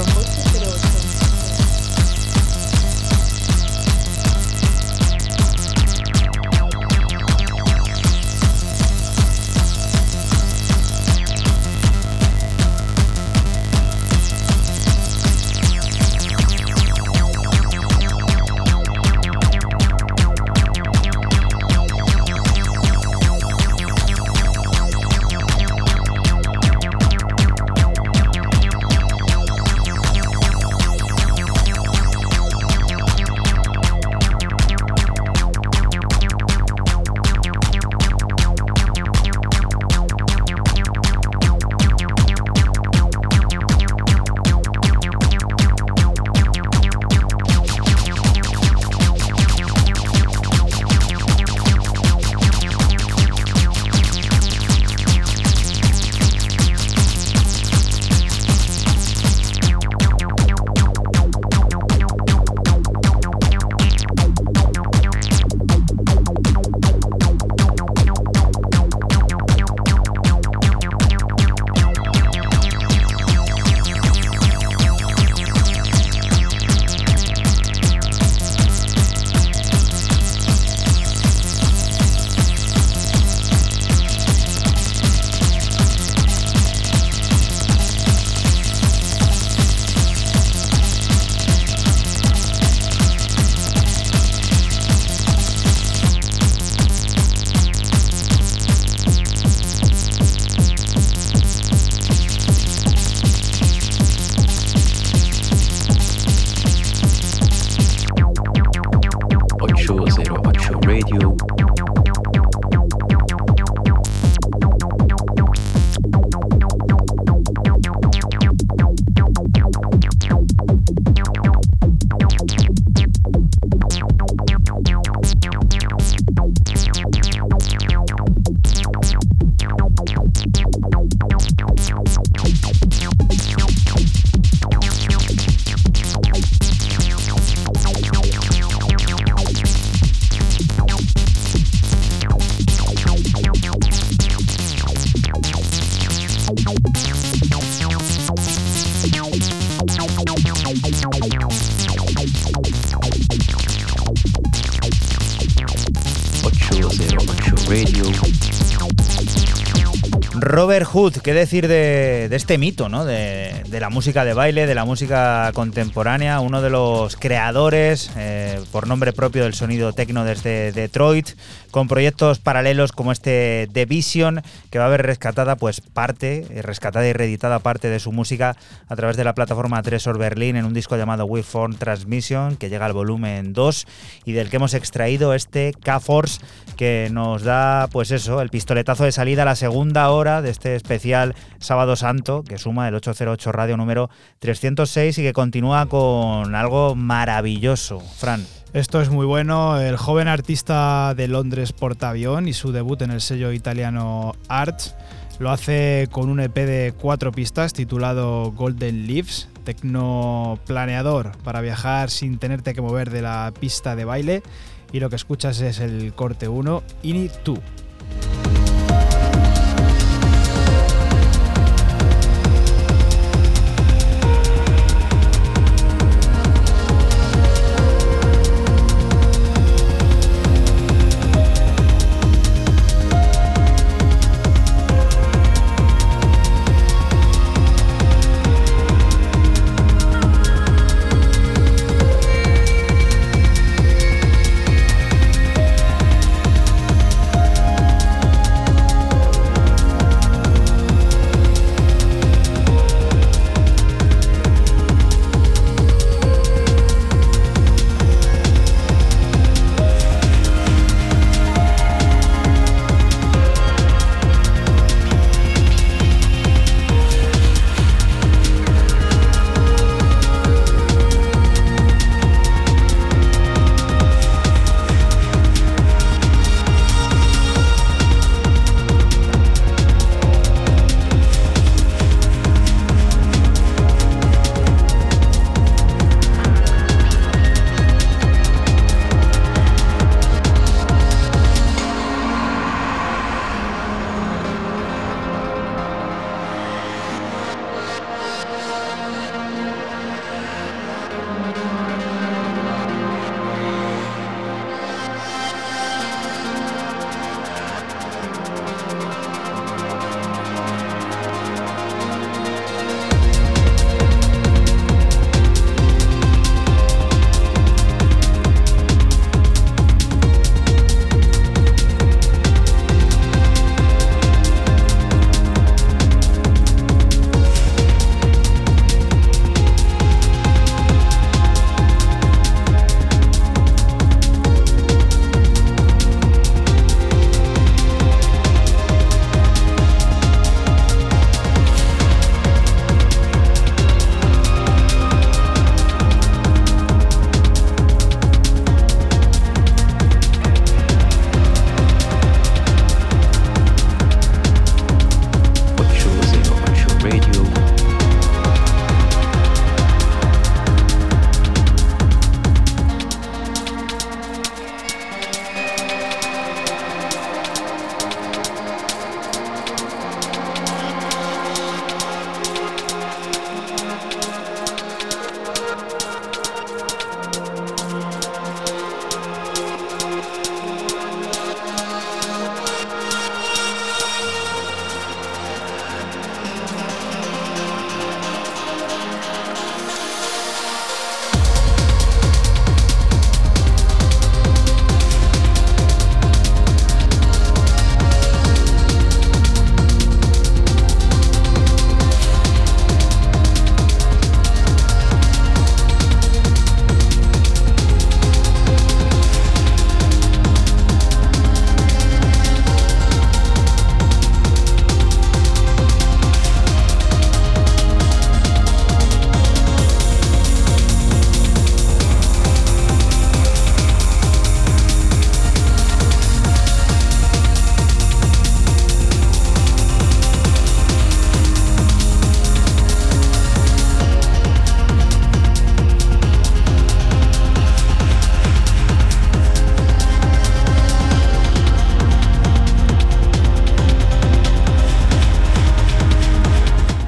Robert Hood, ¿qué decir de, de este mito, ¿no? de, de la música de baile, de la música contemporánea, uno de los creadores, eh, por nombre propio, del sonido techno desde Detroit, con proyectos paralelos como este The Vision, que va a ver rescatada pues parte, rescatada y reeditada parte de su música a través de la plataforma Tresor Berlin en un disco llamado Waveform Transmission, que llega al volumen dos y del que hemos extraído este K-Force, que nos da pues eso, el pistoletazo de salida a la segunda hora de este especial Sábado Santo, que suma el ochocientos ocho Radio número trescientos seis y que continúa con algo maravilloso. Fran. Esto es muy bueno. El joven artista de Londres Portaavión y su debut en el sello italiano Art lo hace con un E P de cuatro pistas titulado Golden Leaves, tecno planeador para viajar sin tenerte que mover de la pista de baile, y lo que escuchas es el corte uno, Ini two.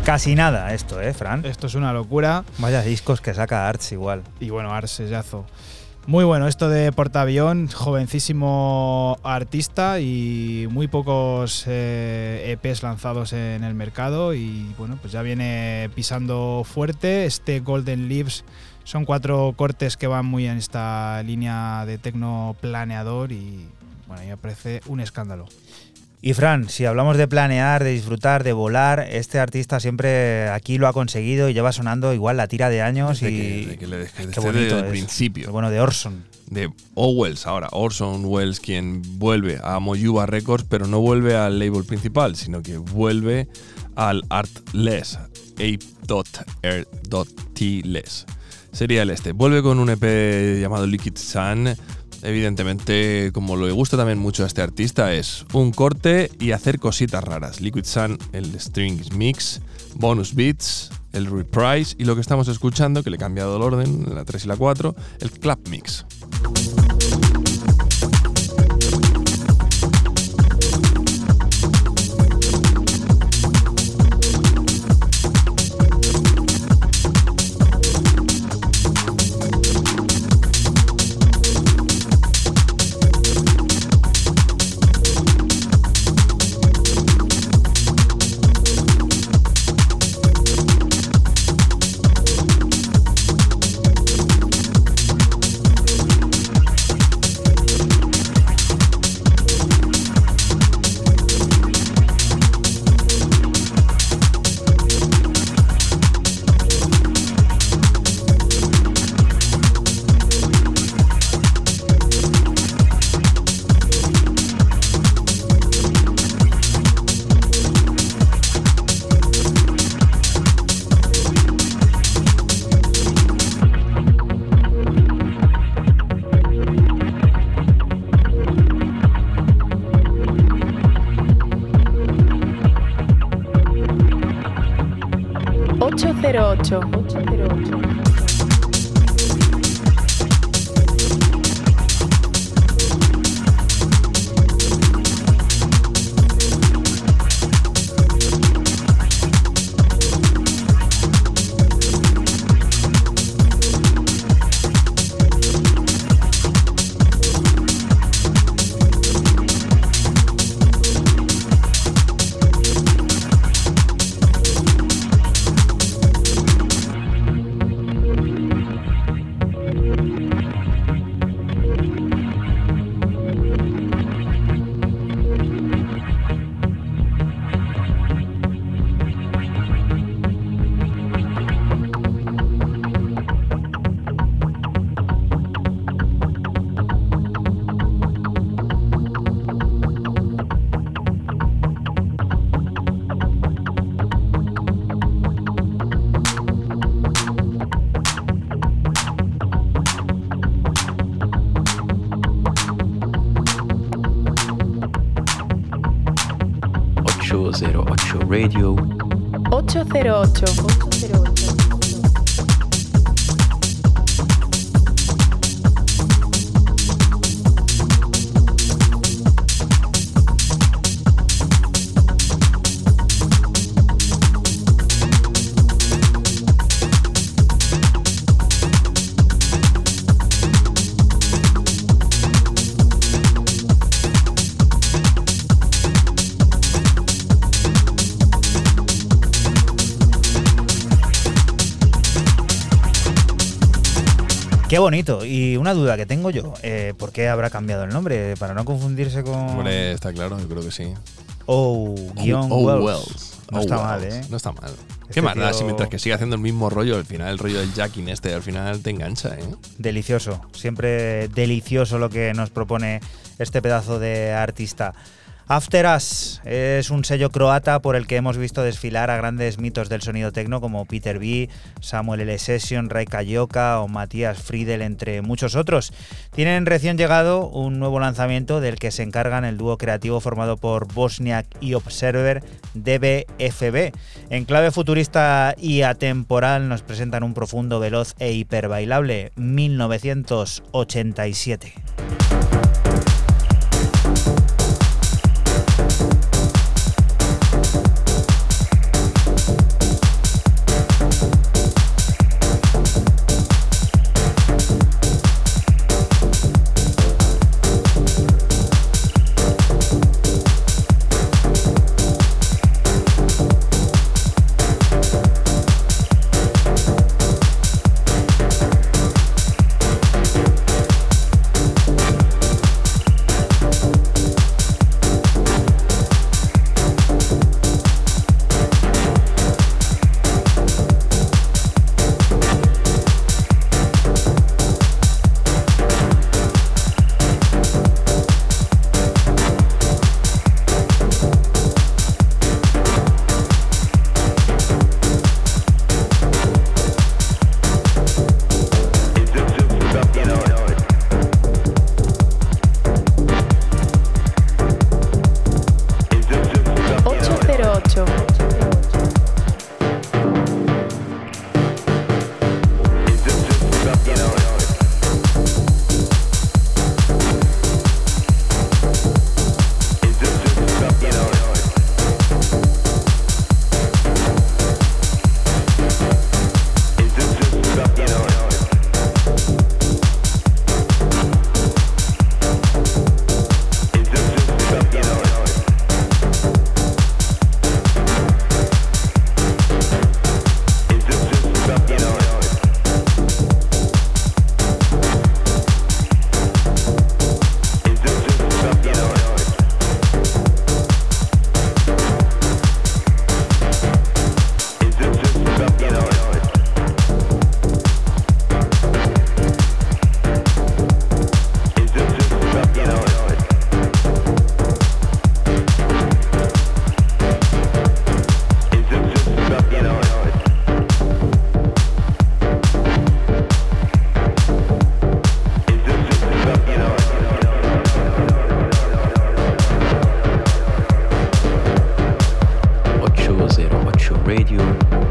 Casi nada esto, ¿eh, Fran? Esto es una locura. Vaya discos que saca Arts igual. Y bueno, Arts sellazo. Muy bueno esto de Portaavión, jovencísimo artista y muy pocos eh, E Pes lanzados en el mercado y bueno, pues ya viene pisando fuerte. Este Golden Leaves son cuatro cortes que van muy en esta línea de tecno planeador y bueno, ya parece un escándalo. Y Fran, si hablamos de planear, de disfrutar, de volar, este artista siempre aquí lo ha conseguido y lleva sonando igual la tira de años. Desde y que, de que le dejé qué bonito desde el es. principio. Bueno, de Orson. De Owells ahora, Orson Welles, quien vuelve a Moyuba Records, pero no vuelve al label principal, sino que vuelve al Artless, ape.r.t-less. Sería el este. Vuelve con un E P llamado Liquid Sun. Evidentemente, como le gusta también mucho a este artista, es un corte y hacer cositas raras. Liquid Sun, el Strings Mix, Bonus Beats, el Reprise y lo que estamos escuchando, que le he cambiado el orden, la tres y la cuatro, el Clap Mix. ocho cero ocho. ocho cero ocho Radio. ocho cero ocho. ocho cero ocho. Qué bonito. Y una duda que tengo yo, eh, ¿por qué habrá cambiado el nombre? Para no confundirse con... Hombre, está claro, yo creo que sí. Oh, guión Oh, Wells. Wells. No Oh, está Wells. mal, ¿eh? No está mal. Este Qué más da, tío- si mientras que sigue haciendo el mismo rollo, al final el rollo del jacking este, al final te engancha, ¿eh? Delicioso. Siempre delicioso lo que nos propone este pedazo de artista. After Us es un sello croata por el que hemos visto desfilar a grandes mitos del sonido tecno como Peter B, Samuel L. Session, Raika Joka o Matías Friedel, entre muchos otros. Tienen recién llegado un nuevo lanzamiento del que se encargan el dúo creativo formado por Bosniak y Observer, D B F B. En clave futurista y atemporal nos presentan un profundo, veloz e hiperbailable mil novecientos ochenta y siete. Radio.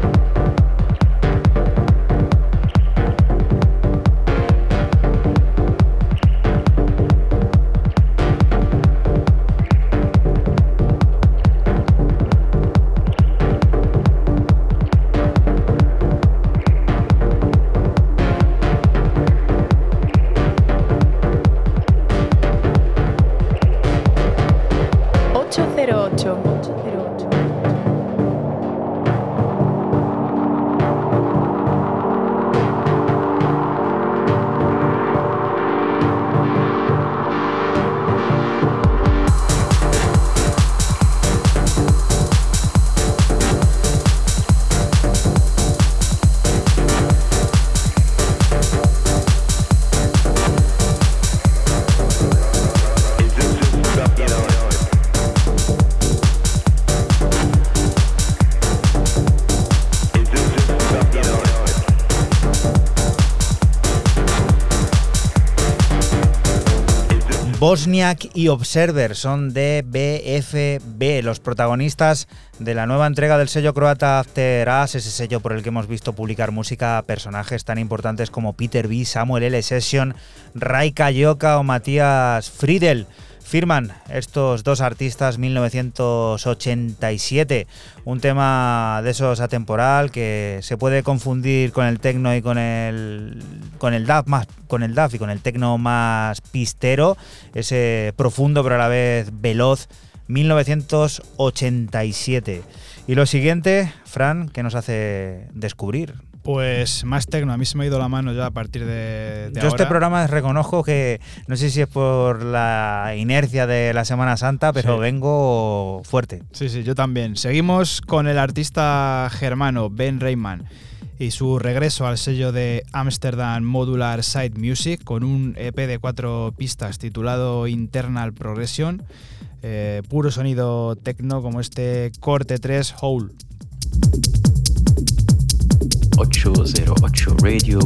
ocho cero ocho. Bosniak y Observer son de B F B, los protagonistas de la nueva entrega del sello croata After Us, ese sello por el que hemos visto publicar música a personajes tan importantes como Peter B, Samuel L. Session, Raika Joka o Matías Friedel. Firman estos dos artistas mil novecientos ochenta y siete, un tema de esos atemporal que se puede confundir con el techno y con el con el dub más con el dub y con el techno más pistero, ese profundo pero a la vez veloz mil novecientos ochenta y siete. Y lo siguiente, Fran, ¿qué nos hace descubrir? Pues más tecno, a mí se me ha ido la mano ya a partir de, de Yo ahora. este programa reconozco que, no sé si es por la inercia de la Semana Santa, pero Sí. vengo fuerte. Sí, sí, yo también. Seguimos con el artista germano Ben Reimann y su regreso al sello de Amsterdam Modular Side Music con un E P de cuatro pistas titulado Internal Progression, eh, puro sonido techno como este corte tres Hole. ocho cero ocho Radio.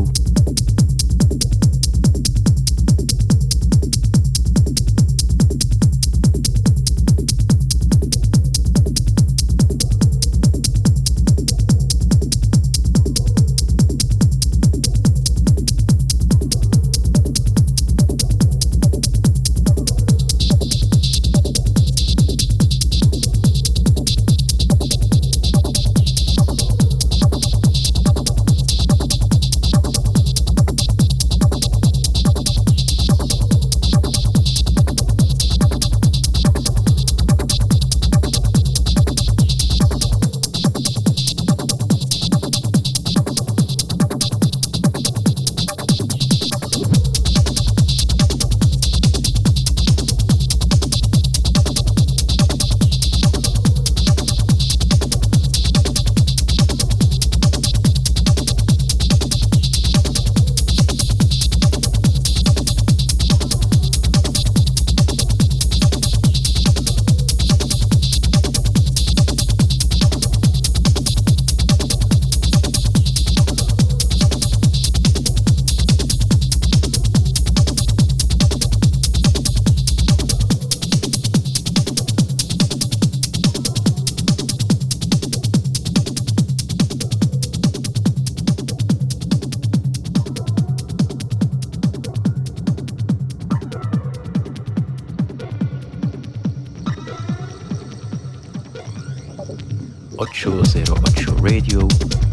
ocho cero ocho Radio.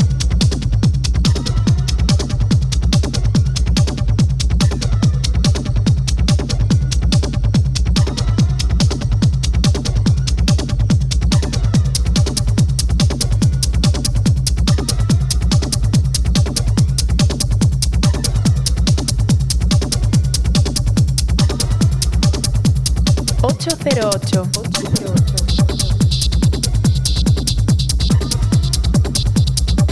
ocho cero ocho. ocho cero ocho.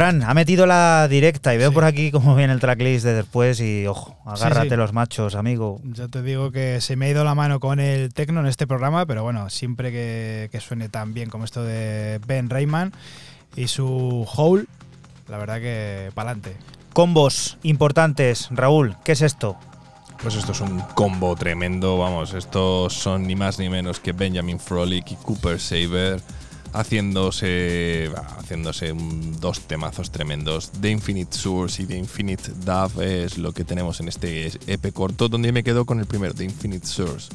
Fran, ha metido la directa y veo Sí. por aquí cómo viene el tracklist de después y, ojo, agárrate Sí, sí. los machos, amigo. Ya te digo que se me ha ido la mano con el techno en este programa, pero bueno, siempre que, que suene tan bien como esto de Ben Rayman y su Hole, la verdad que pa'lante. Combos importantes, Raúl, ¿qué es esto? Pues esto es un combo tremendo, vamos, estos son ni más ni menos que Benjamin Frolic y Cooper Saber haciéndose haciéndose un- dos temazos tremendos. The Infinite Source y The Infinite Dove es lo que tenemos en este E P corto, donde me quedo con el primero, The Infinite Source.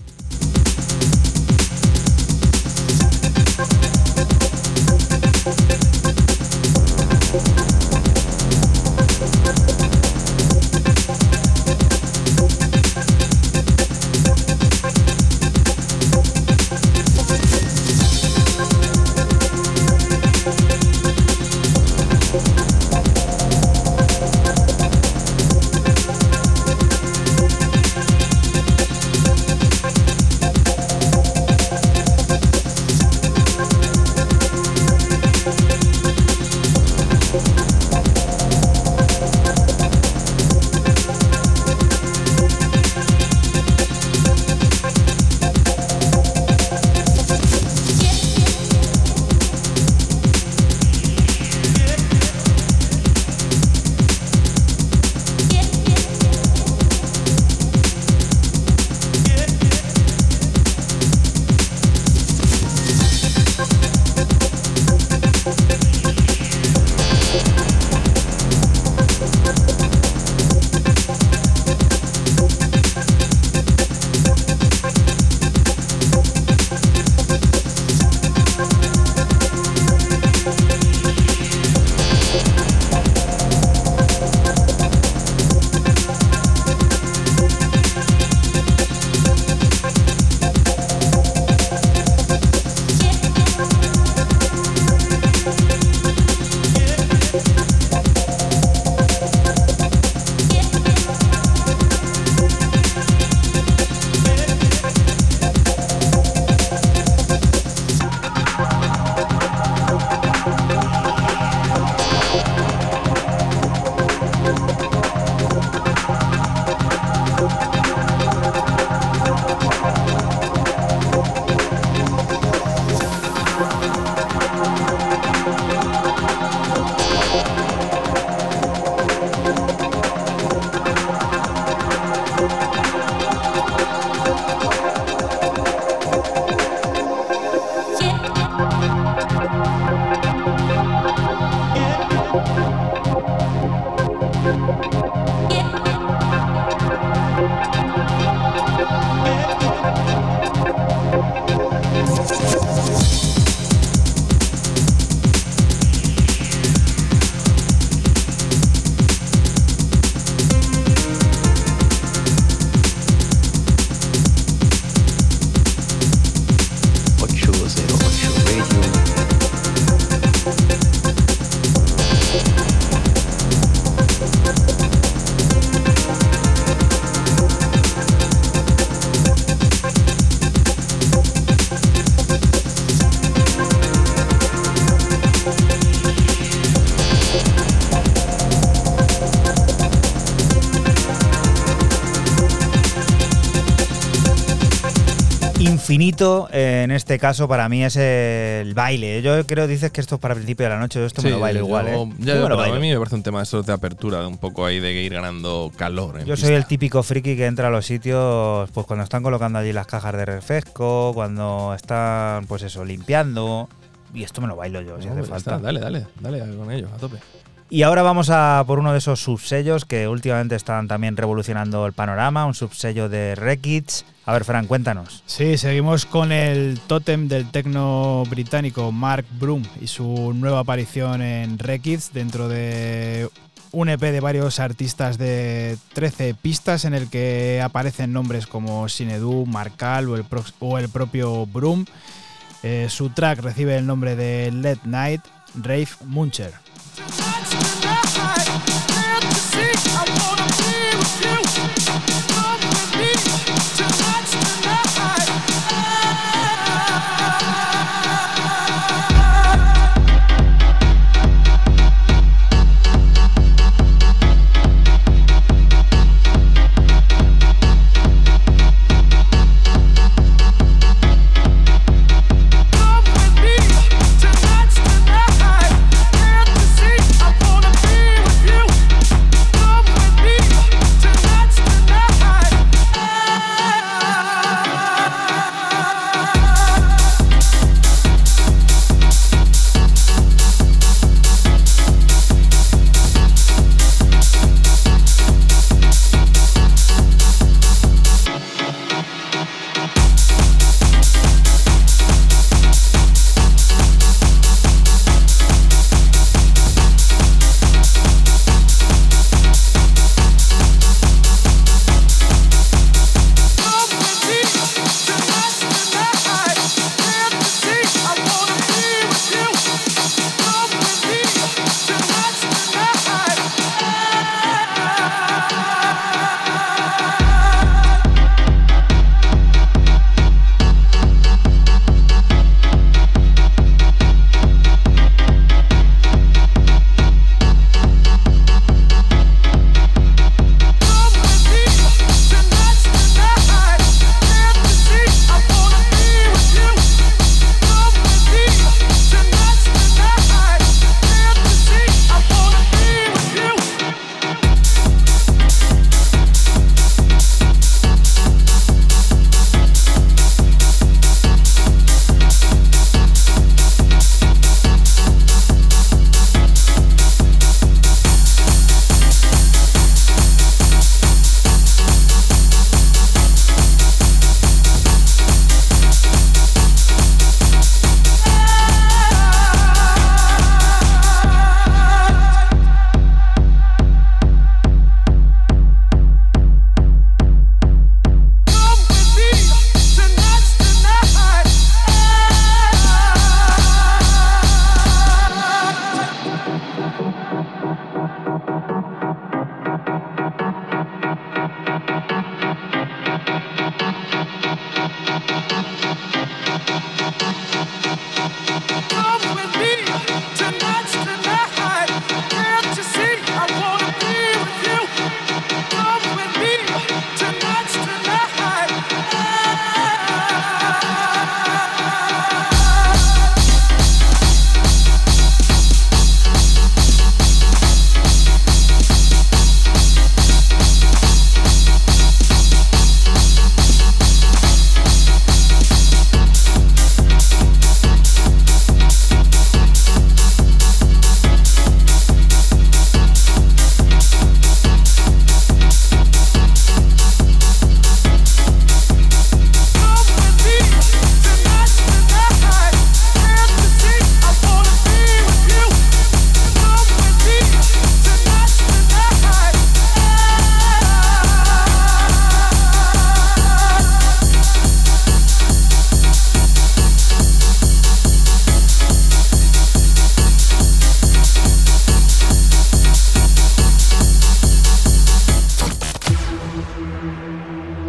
Infinito, eh, en este caso, para mí es el baile. Yo creo, dices que esto es para el principio de la noche, yo esto me lo bailo yo- igual, ¿eh? Ya, Yo me lo pero bailo. a mí me parece un tema de estos de apertura, de un poco ahí de ir ganando calor. en Yo pista. soy el típico friki que entra a los sitios pues cuando están colocando allí las cajas de refresco, cuando están, pues eso, limpiando. Y esto me lo bailo yo, si No, hace pues ya falta. está, dale, dale, dale con ello, a tope. Y ahora vamos a por uno de esos subsellos que últimamente están también revolucionando el panorama, un subsello de Rekids. A ver, Fran, cuéntanos. Sí, seguimos con el tótem del tecno británico Mark Broom y su nueva aparición en Rekids dentro de un E P de varios artistas de trece pistas en el que aparecen nombres como Sinedu, Markal o el, pro- o el propio Broom. Eh, su track recibe el nombre de Let Night Rave Muncher. Tonight,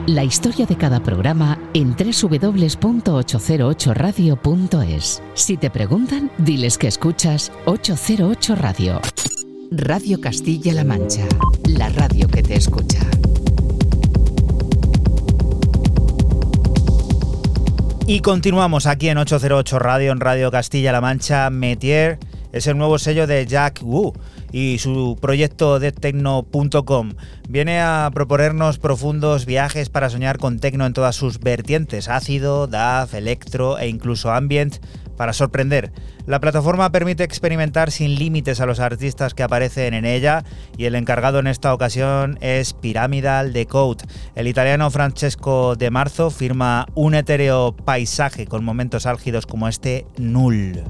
La historia de cada programa en doble u doble u doble u punto ocho cero ocho radio punto es. Si te preguntan, diles que escuchas ocho cero ocho Radio. Radio Castilla-La Mancha, la radio que te escucha. Y continuamos aquí en ocho cero ocho Radio, en Radio Castilla-La Mancha. Metier es el nuevo sello de Jack Wu y su proyecto death techno punto com. Viene a proponernos profundos viajes para soñar con techno en todas sus vertientes, ácido, dub, electro e incluso ambient, para sorprender. La plataforma permite experimentar sin límites a los artistas que aparecen en ella y el encargado en esta ocasión es Pyramidal Decode. El italiano Francesco De Marzo firma un etéreo paisaje con momentos álgidos como este Null.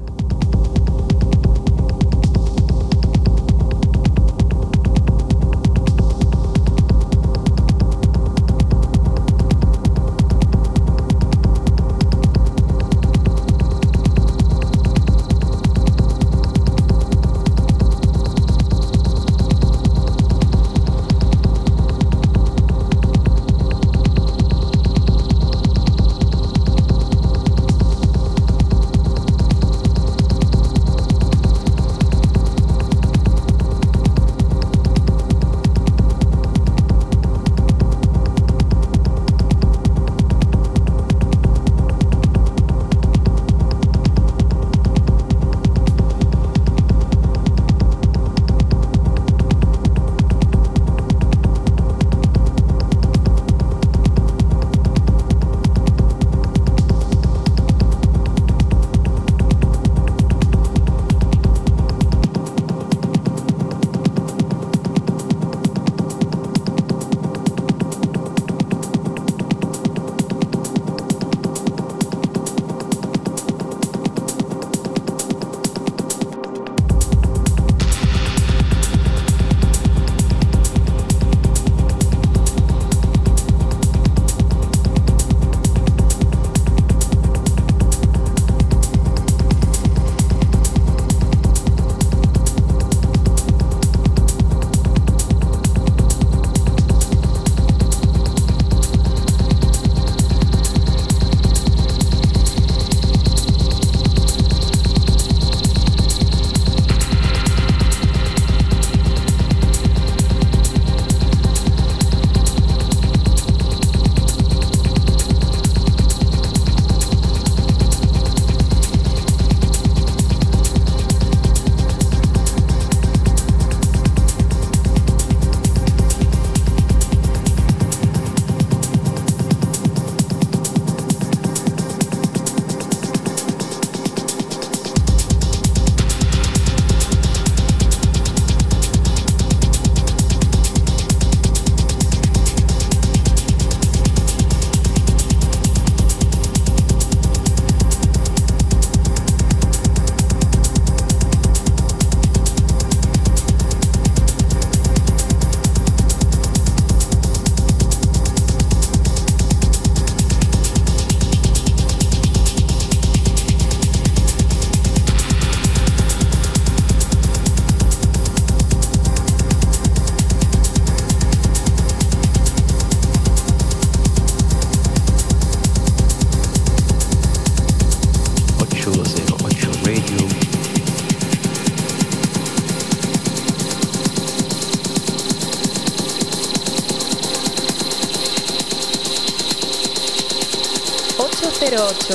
ocho cero ocho.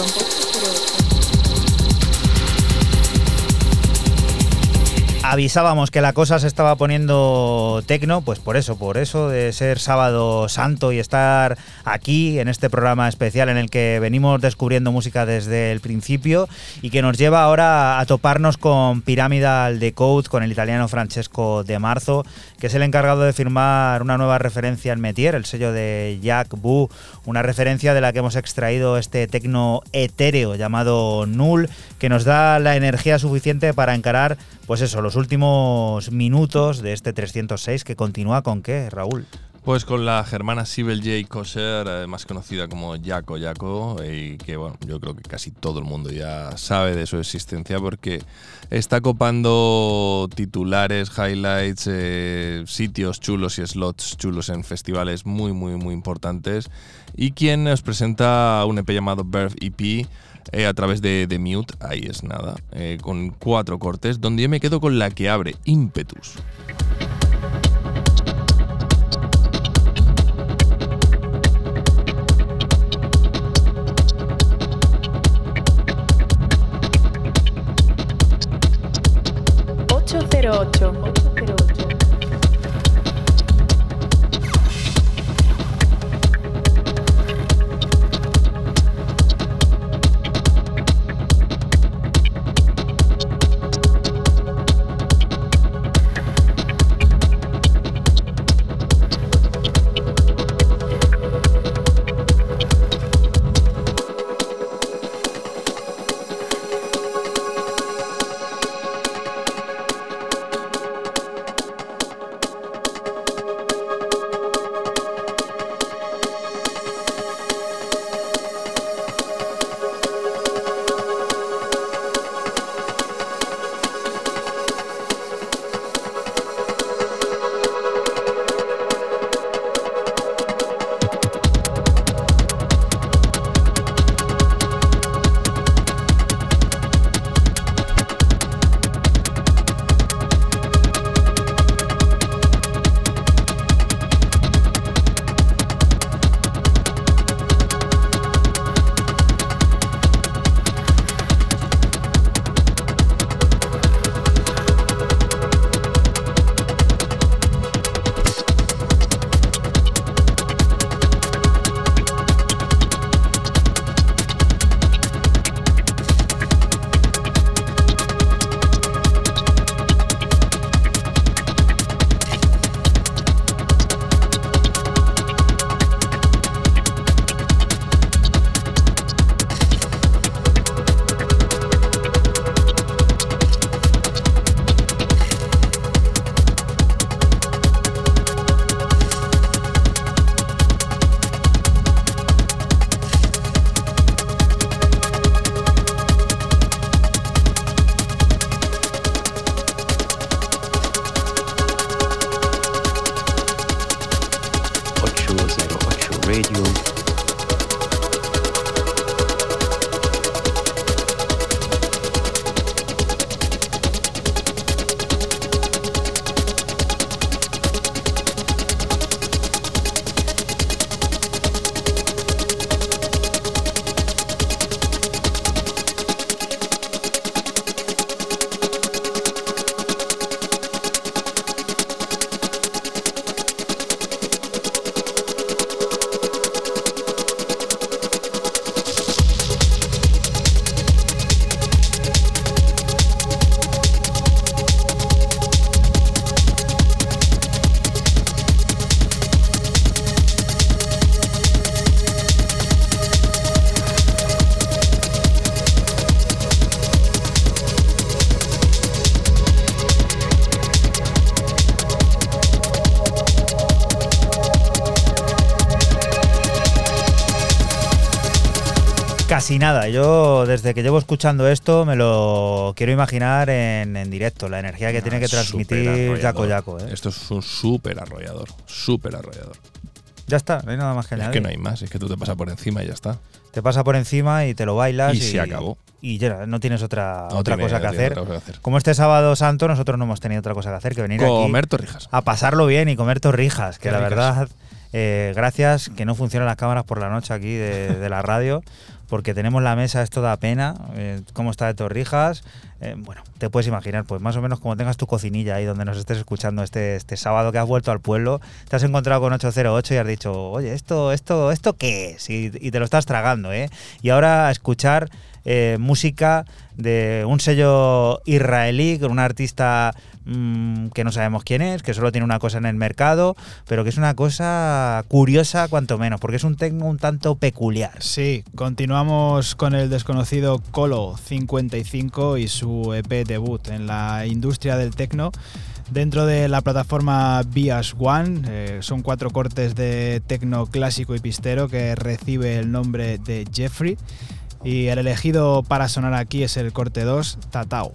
Avisábamos que la cosa se estaba poniendo tecno, pues por eso, por eso de ser sábado santo y estar aquí en este programa especial en el que venimos descubriendo música desde el principio y que nos lleva ahora a toparnos con Pyramidal Decode, con el italiano Francesco De Marzo, que es el encargado de firmar una nueva referencia en Metier, el sello de Jack Wu, una referencia de la que hemos extraído este tecno etéreo llamado Null, que nos da la energía suficiente para encarar, pues eso, los últimos minutos de este trescientos seis, que continúa con ¿qué, Raúl? Pues con la germana Sibel J. Kosher, eh, más conocida como Yako Yako, y que bueno, yo creo que casi todo el mundo ya sabe de su existencia porque está copando titulares, highlights, eh, sitios chulos y slots chulos en festivales muy, muy, muy importantes. Y quien nos presenta un E P llamado Birth E P eh, a través de The Mute, ahí es nada, eh, con cuatro cortes, donde yo me quedo con la que abre, Impetus. ocho cero ocho. Radio. Casi nada, yo desde que llevo escuchando esto me lo quiero imaginar en, en directo, la energía que no, tiene que transmitir Yako Yako. ¿eh? Esto es un súper arrollador, súper arrollador. Ya está, no hay nada más que añadir. Es que no hay más, es que tú te pasas por encima y ya está. Te pasa por encima y te lo bailas y, y se acabó. Y ya no tienes otra, no otra, tiene, cosa no que tiene hacer. otra cosa que hacer. Como este sábado santo nosotros no hemos tenido otra cosa que hacer que venir comer aquí comer torrijas. A pasarlo bien y comer torrijas, que Qué la ricas. verdad, eh, gracias que no funcionan las cámaras por la noche aquí de, de la radio. Porque tenemos la mesa, esto da pena, eh, cómo está de torrijas. Eh, bueno, te puedes imaginar, pues más o menos como tengas tu cocinilla ahí donde nos estés escuchando este, este sábado que has vuelto al pueblo, te has encontrado con ocho cero ocho y has dicho, oye, ¿esto esto esto qué es? Y, y te lo estás tragando, ¿eh? Y ahora a escuchar eh, música de un sello israelí con un artista mmm, que no sabemos quién es, que solo tiene una cosa en el mercado, pero que es una cosa curiosa cuanto menos, porque es un techno un tanto peculiar. Sí, continuamos con el desconocido Colo cincuenta y cinco y su E P debut en la industria del techno. dentro de la plataforma Bias One. Eh, son cuatro cortes de tecno clásico y pistero que recibe el nombre de Jeffrey, y el elegido para sonar aquí es el corte dos, Tatao.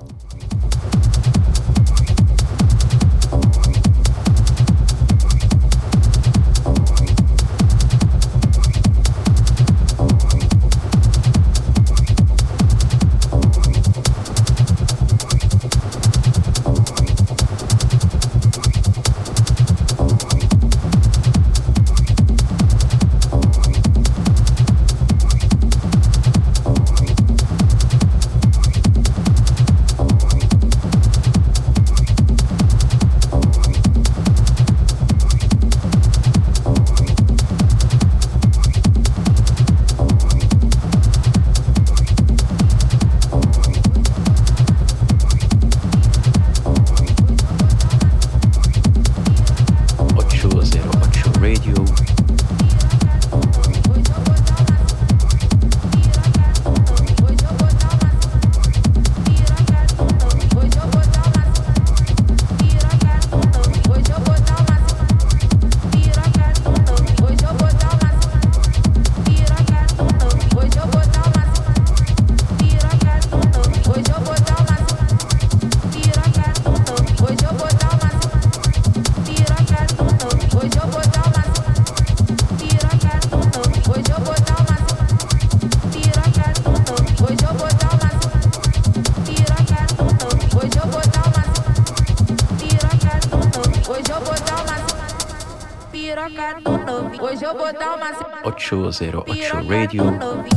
ocho cero ocho Radio.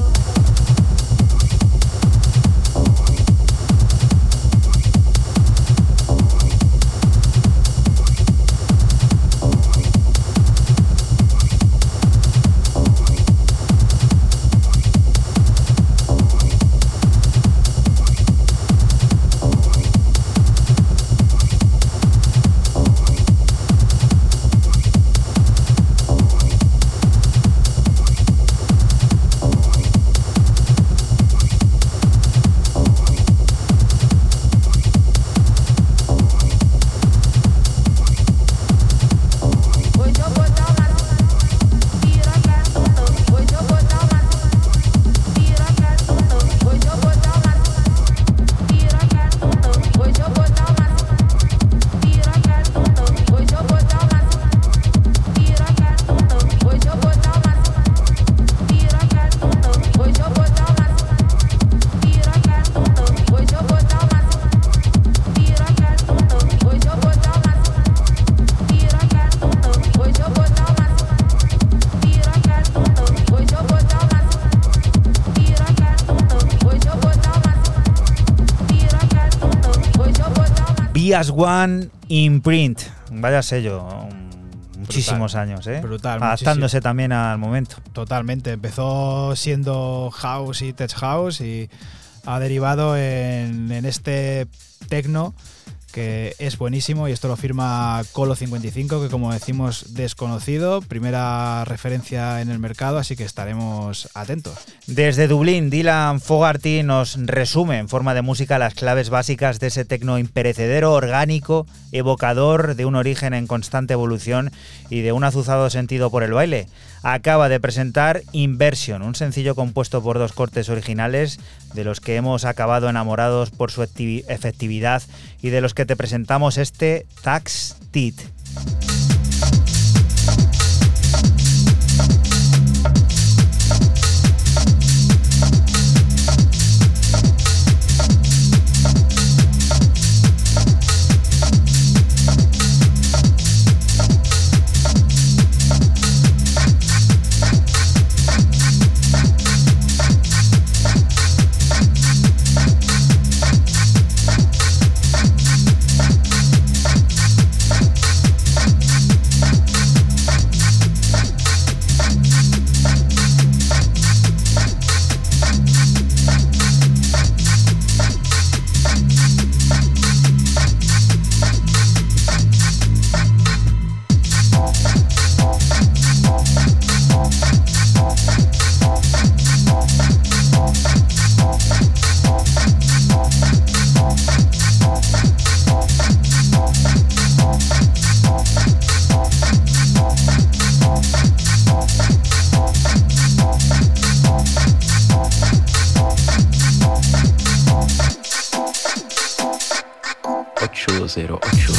Bias One Imprint, vaya sello, muchísimos brutal, años, ¿eh? Brutal, adaptándose muchísimo. También al momento. Totalmente, empezó siendo house y tech house y ha derivado en, en este techno que es buenísimo, y esto lo firma Colo cincuenta y cinco, que como decimos desconocido, primera referencia en el mercado, así que estaremos atentos. Desde Dublín, Dylan Fogarty nos resume en forma de música las claves básicas de ese tecno imperecedero, orgánico, evocador de un origen en constante evolución y de un azuzado sentido por el baile. Acaba de presentar Inversion, un sencillo compuesto por dos cortes originales de los que hemos acabado enamorados por su efectividad y de los que te presentamos este Tax Tit.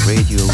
Radio.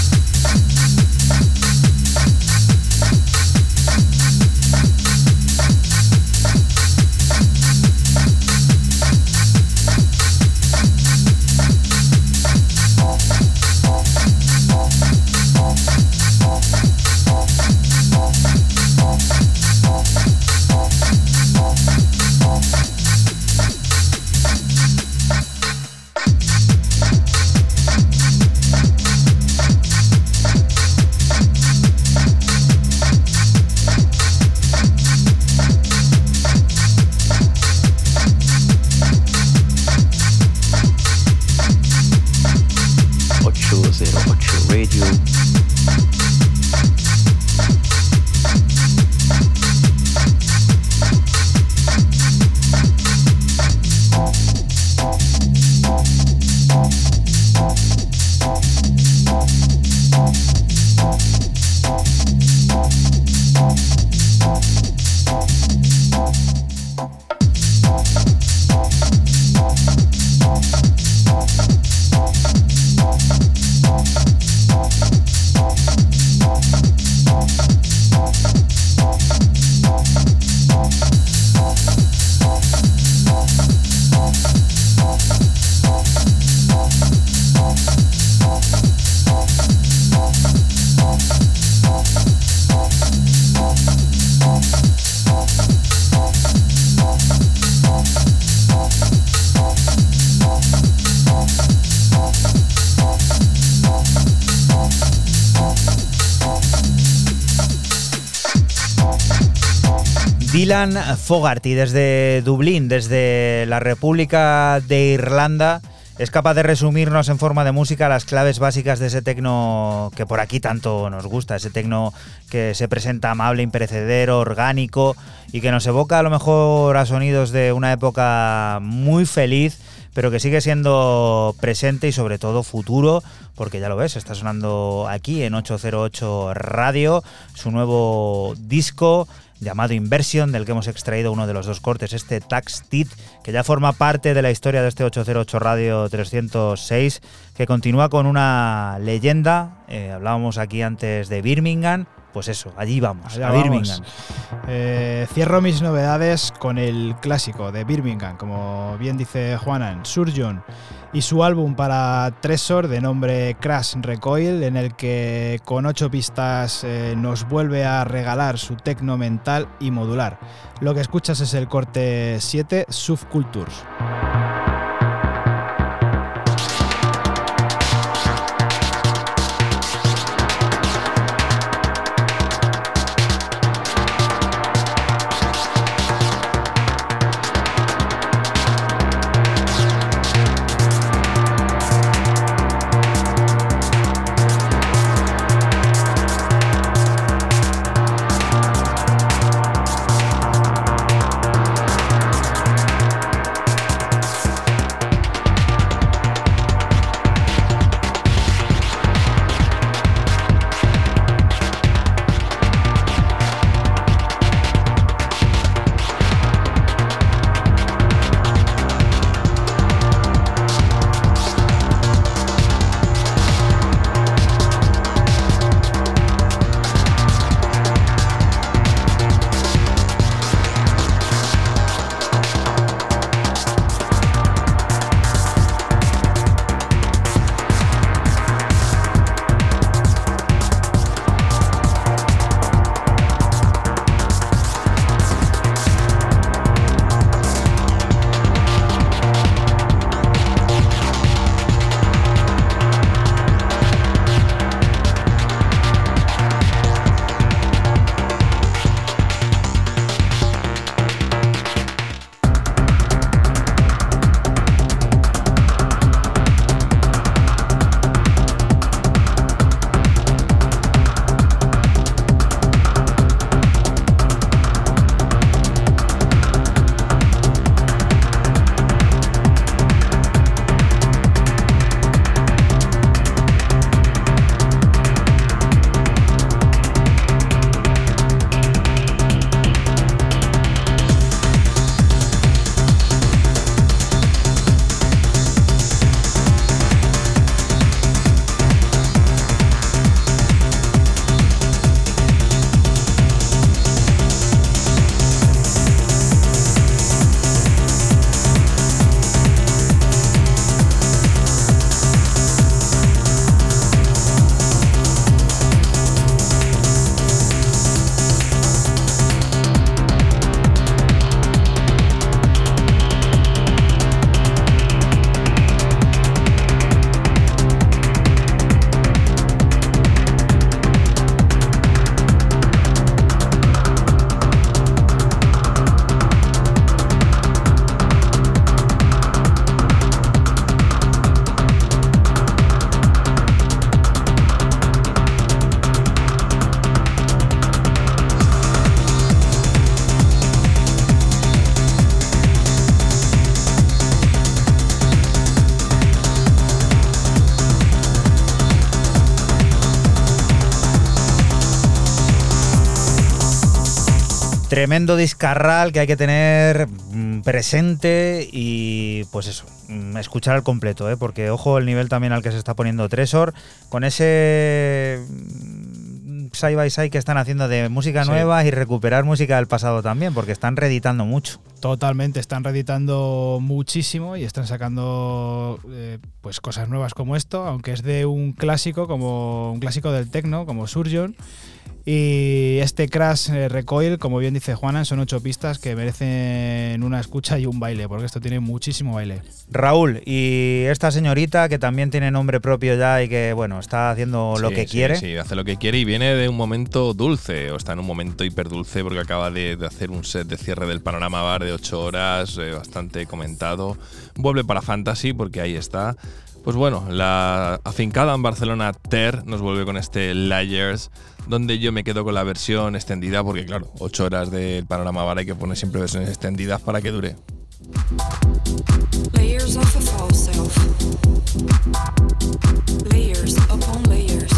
Dylan Fogarty, desde Dublín, desde la República de Irlanda, es capaz de resumirnos en forma de música las claves básicas de ese tecno que por aquí tanto nos gusta, ese tecno que se presenta amable, imperecedero, orgánico y que nos evoca a lo mejor a sonidos de una época muy feliz, pero que sigue siendo presente y sobre todo futuro, porque ya lo ves, está sonando aquí en ocho cero ocho Radio, su nuevo disco llamado Inversion, del que hemos extraído uno de los dos cortes, este Tax Teeth, que ya forma parte de la historia de este ocho cero ocho Radio trescientos seis, que continúa con una leyenda. Eh, hablábamos aquí antes de Birmingham, pues eso, allí vamos, Allá a vamos. Birmingham. Eh, cierro mis novedades con el clásico de Birmingham, como bien dice Juanan, Surgeon, y su álbum para Tresor de nombre Crash Recoil, en el que con ocho pistas eh, nos vuelve a regalar su tecno mental y modular. Lo que escuchas es el corte siete, Subcultures. Tremendo discarral que hay que tener mm, presente y pues eso, mm, escuchar al completo, ¿eh? Porque ojo el nivel también al que se está poniendo Tresor con ese mm, side by side que están haciendo de música Sí. nueva y recuperar música del pasado también, porque están reeditando mucho. Totalmente, están reeditando muchísimo y están sacando eh, pues cosas nuevas como esto, aunque es de un clásico, como un clásico del techno, como Surgeon. Y este Crash eh, Recoil, como bien dice Juanan, son ocho pistas que merecen una escucha y un baile, porque esto tiene muchísimo baile. Raúl, y esta señorita que también tiene nombre propio ya y que bueno, está haciendo lo Sí, que sí, quiere. Sí, hace lo que quiere y viene de un momento dulce, o está en un momento hiperdulce porque acaba de, de hacer un set de cierre del Panorama Bar de ocho horas, eh, bastante comentado. Vuelve para Fantasy porque ahí está. Pues bueno, la afincada en Barcelona Ter nos vuelve con este Layers, donde yo me quedo con la versión extendida porque claro, ocho horas del Panorama Bar hay que poner siempre versiones extendidas para que dure. Layers of a false self. Layers upon layers.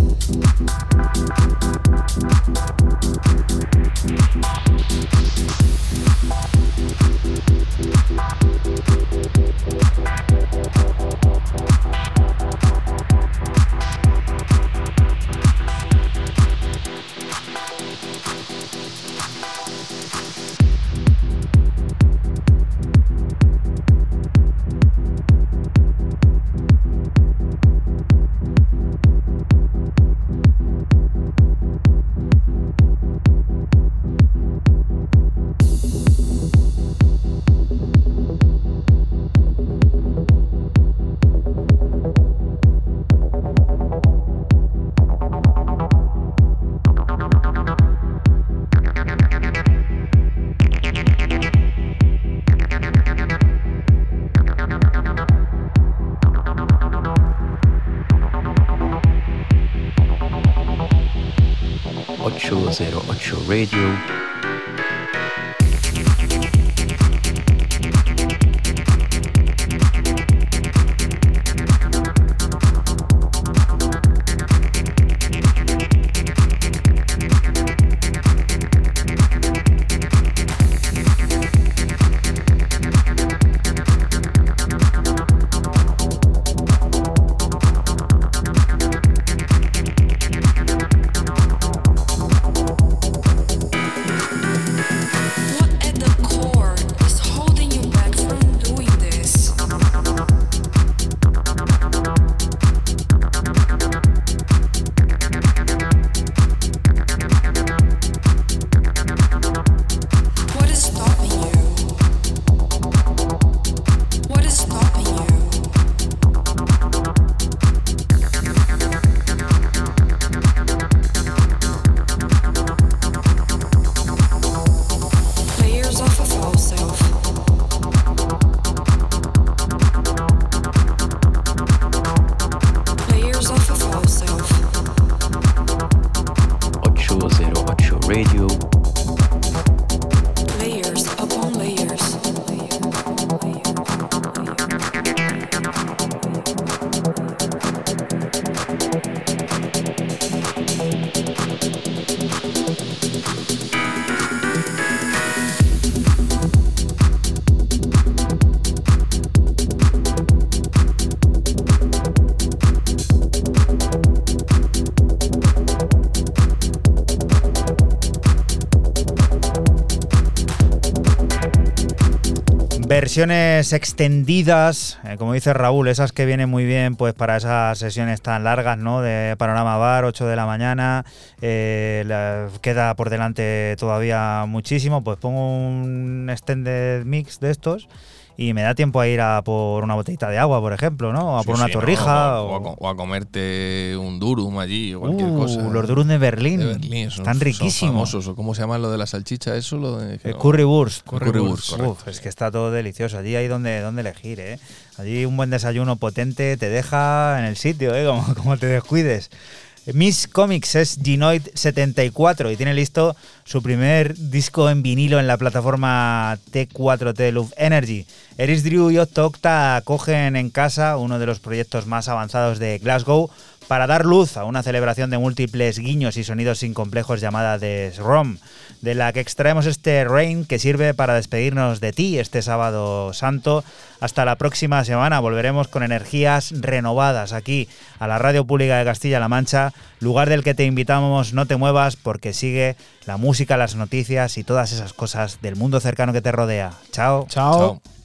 ocho cero ocho Radio. Radio. Layers upon layers. Versiones extendidas, eh, como dice Raúl, esas que vienen muy bien pues para esas sesiones tan largas, ¿no? De Panorama Bar, ocho de la mañana, eh, la, queda por delante todavía muchísimo, pues pongo un extended mix de estos y me da tiempo a ir a por una botellita de agua, por ejemplo, ¿no? O a Sí, por una sí, torrija. no, o, o, a, co- o a comerte un durum allí o cualquier Uh, cosa. Los durum de Berlín, De Berlín, son- están son riquísimos. famosos. ¿O cómo se llama lo de la salchicha? Eso, lo de. El currywurst. Currywurst, correcto. Uf, es que está todo delicioso. Allí hay donde, donde elegir, ¿eh? Allí un buen desayuno potente te deja en el sitio, ¿eh? Como, como te descuides. Miss Comics es Ginoid setenta y cuatro y tiene listo su primer disco en vinilo en la plataforma T cuatro T Love Energy. Eris Drew y Octa Octa acogen en casa uno de los proyectos más avanzados de Glasgow para dar luz a una celebración de múltiples guiños y sonidos sin complejos llamada The Rom, de la que extraemos este Rain que sirve para despedirnos de ti este sábado santo. Hasta la próxima semana, volveremos con energías renovadas aquí a la Radio Pública de Castilla-La Mancha, lugar del que te invitamos, no te muevas porque sigue la música, las noticias y todas esas cosas del mundo cercano que te rodea. Chao. Chao. Chao.